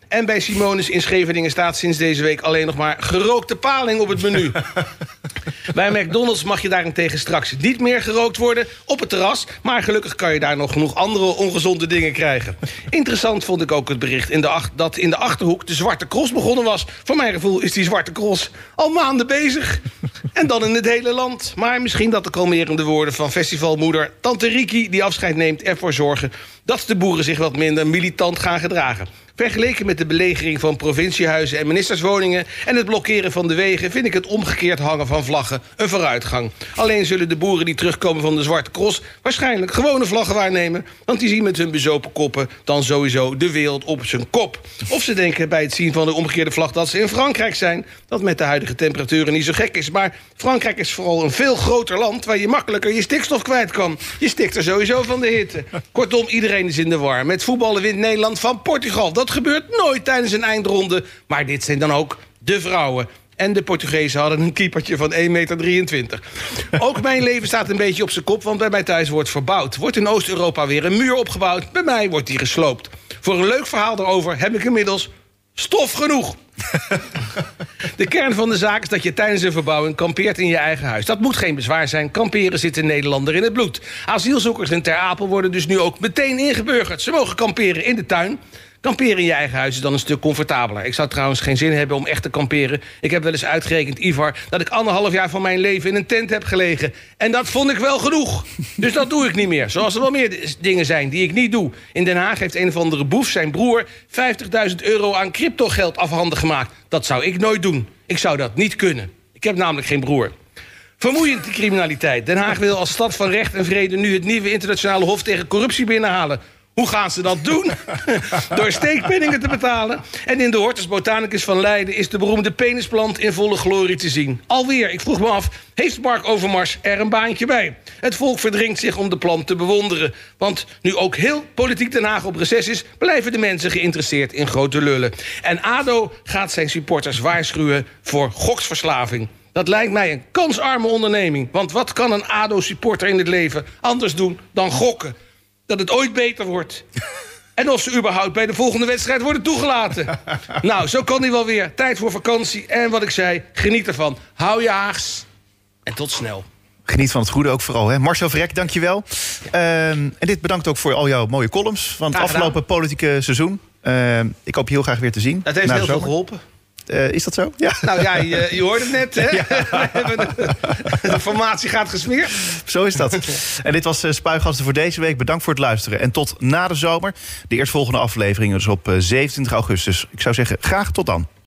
En bij Simonis in Scheveningen staat sinds deze week alleen nog maar gerookte paling op het menu. Bij McDonald's mag je daarentegen straks niet meer gerookt worden op het terras. Maar gelukkig kan je daar nog genoeg andere ongezonde dingen krijgen. Interessant vond ik ook het bericht in de ach- dat in de Achterhoek de Zwarte Cross begonnen was. Voor mijn gevoel is die Zwarte Cross al maanden bezig. En dan in het hele land. Maar misschien dat de kalmerende woorden van festivalmoeder Tante Riki, die afscheid neemt, ervoor zorgen dat de boeren zich wat minder militant gaan gedragen. Vergeleken met de belegering van provinciehuizen en ministerswoningen en het blokkeren van de wegen vind ik het omgekeerd hangen van vlaggen een vooruitgang. Alleen zullen de boeren die terugkomen van de Zwarte Cross waarschijnlijk gewone vlaggen waarnemen, want die zien met hun bezopen koppen dan sowieso de wereld op zijn kop. Of ze denken bij het zien van de omgekeerde vlag dat ze in Frankrijk zijn, dat met de huidige temperaturen niet zo gek is. Maar Frankrijk is vooral een veel groter land waar je makkelijker je stikstof kwijt kan. Je stikt er sowieso van de hitte. Kortom, iedereen is in de war. Met voetballen wint Nederland van Portugal. Dat gebeurt nooit tijdens een eindronde. Maar dit zijn dan ook de vrouwen. En de Portugezen hadden een keepertje van één meter drieëntwintig. Ook mijn leven staat een beetje op zijn kop, want bij mij thuis wordt verbouwd. Wordt in Oost-Europa weer een muur opgebouwd. Bij mij wordt die gesloopt. Voor een leuk verhaal daarover heb ik inmiddels stof genoeg. De kern van de zaak is dat je tijdens een verbouwing kampeert in je eigen huis. Dat moet geen bezwaar zijn. Kamperen zit in Nederlander in het bloed. Asielzoekers in Ter Apel worden dus nu ook meteen ingeburgerd. Ze mogen kamperen in de tuin. Kamperen in je eigen huis is dan een stuk comfortabeler. Ik zou trouwens geen zin hebben om echt te kamperen. Ik heb wel eens uitgerekend, Ivar, dat ik anderhalf jaar van mijn leven in een tent heb gelegen. En dat vond ik wel genoeg. Dus dat doe ik niet meer. Zoals er wel meer dingen zijn die ik niet doe. In Den Haag heeft een of andere boef zijn broer vijftigduizend euro aan cryptogeld afhandig gemaakt. Dat zou ik nooit doen. Ik zou dat niet kunnen. Ik heb namelijk geen broer. Vermoeiend die criminaliteit. Den Haag wil als stad van recht en vrede nu het nieuwe internationale hof tegen corruptie binnenhalen. Hoe gaan ze dat doen? Door steekpenningen te betalen. En in de Hortus Botanicus van Leiden is de beroemde penisplant in volle glorie te zien. Alweer, ik vroeg me af, heeft Mark Overmars er een baantje bij? Het volk verdringt zich om de plant te bewonderen. Want nu ook heel politiek Den Haag op reces is, blijven de mensen geïnteresseerd in grote lullen. En ADO gaat zijn supporters waarschuwen voor goksverslaving. Dat lijkt mij een kansarme onderneming. Want wat kan een ADO-supporter in het leven anders doen dan gokken? Dat het ooit beter wordt. En of ze überhaupt bij de volgende wedstrijd worden toegelaten. Nou, zo kan die wel weer. Tijd voor vakantie. En wat ik zei, geniet ervan. Hou je Haags. En tot snel. Geniet van het goede ook vooral, hè? Marcel Vrek, dankjewel. Ja. Um, en dit bedankt ook voor al jouw mooie columns van het Graag afgelopen gedaan. politieke seizoen. Uh, ik hoop je heel graag weer te zien. Dat heeft heel veel geholpen. Uh, is dat zo? Ja. Nou ja, je, je hoort het net, hè? Ja. de, de formatie gaat gesmeerd. Zo is dat. En dit was uh, Spuigasten voor deze week. Bedankt voor het luisteren. En tot na de zomer. De eerstvolgende aflevering is op uh, zevenentwintig augustus. Ik zou zeggen, graag tot dan.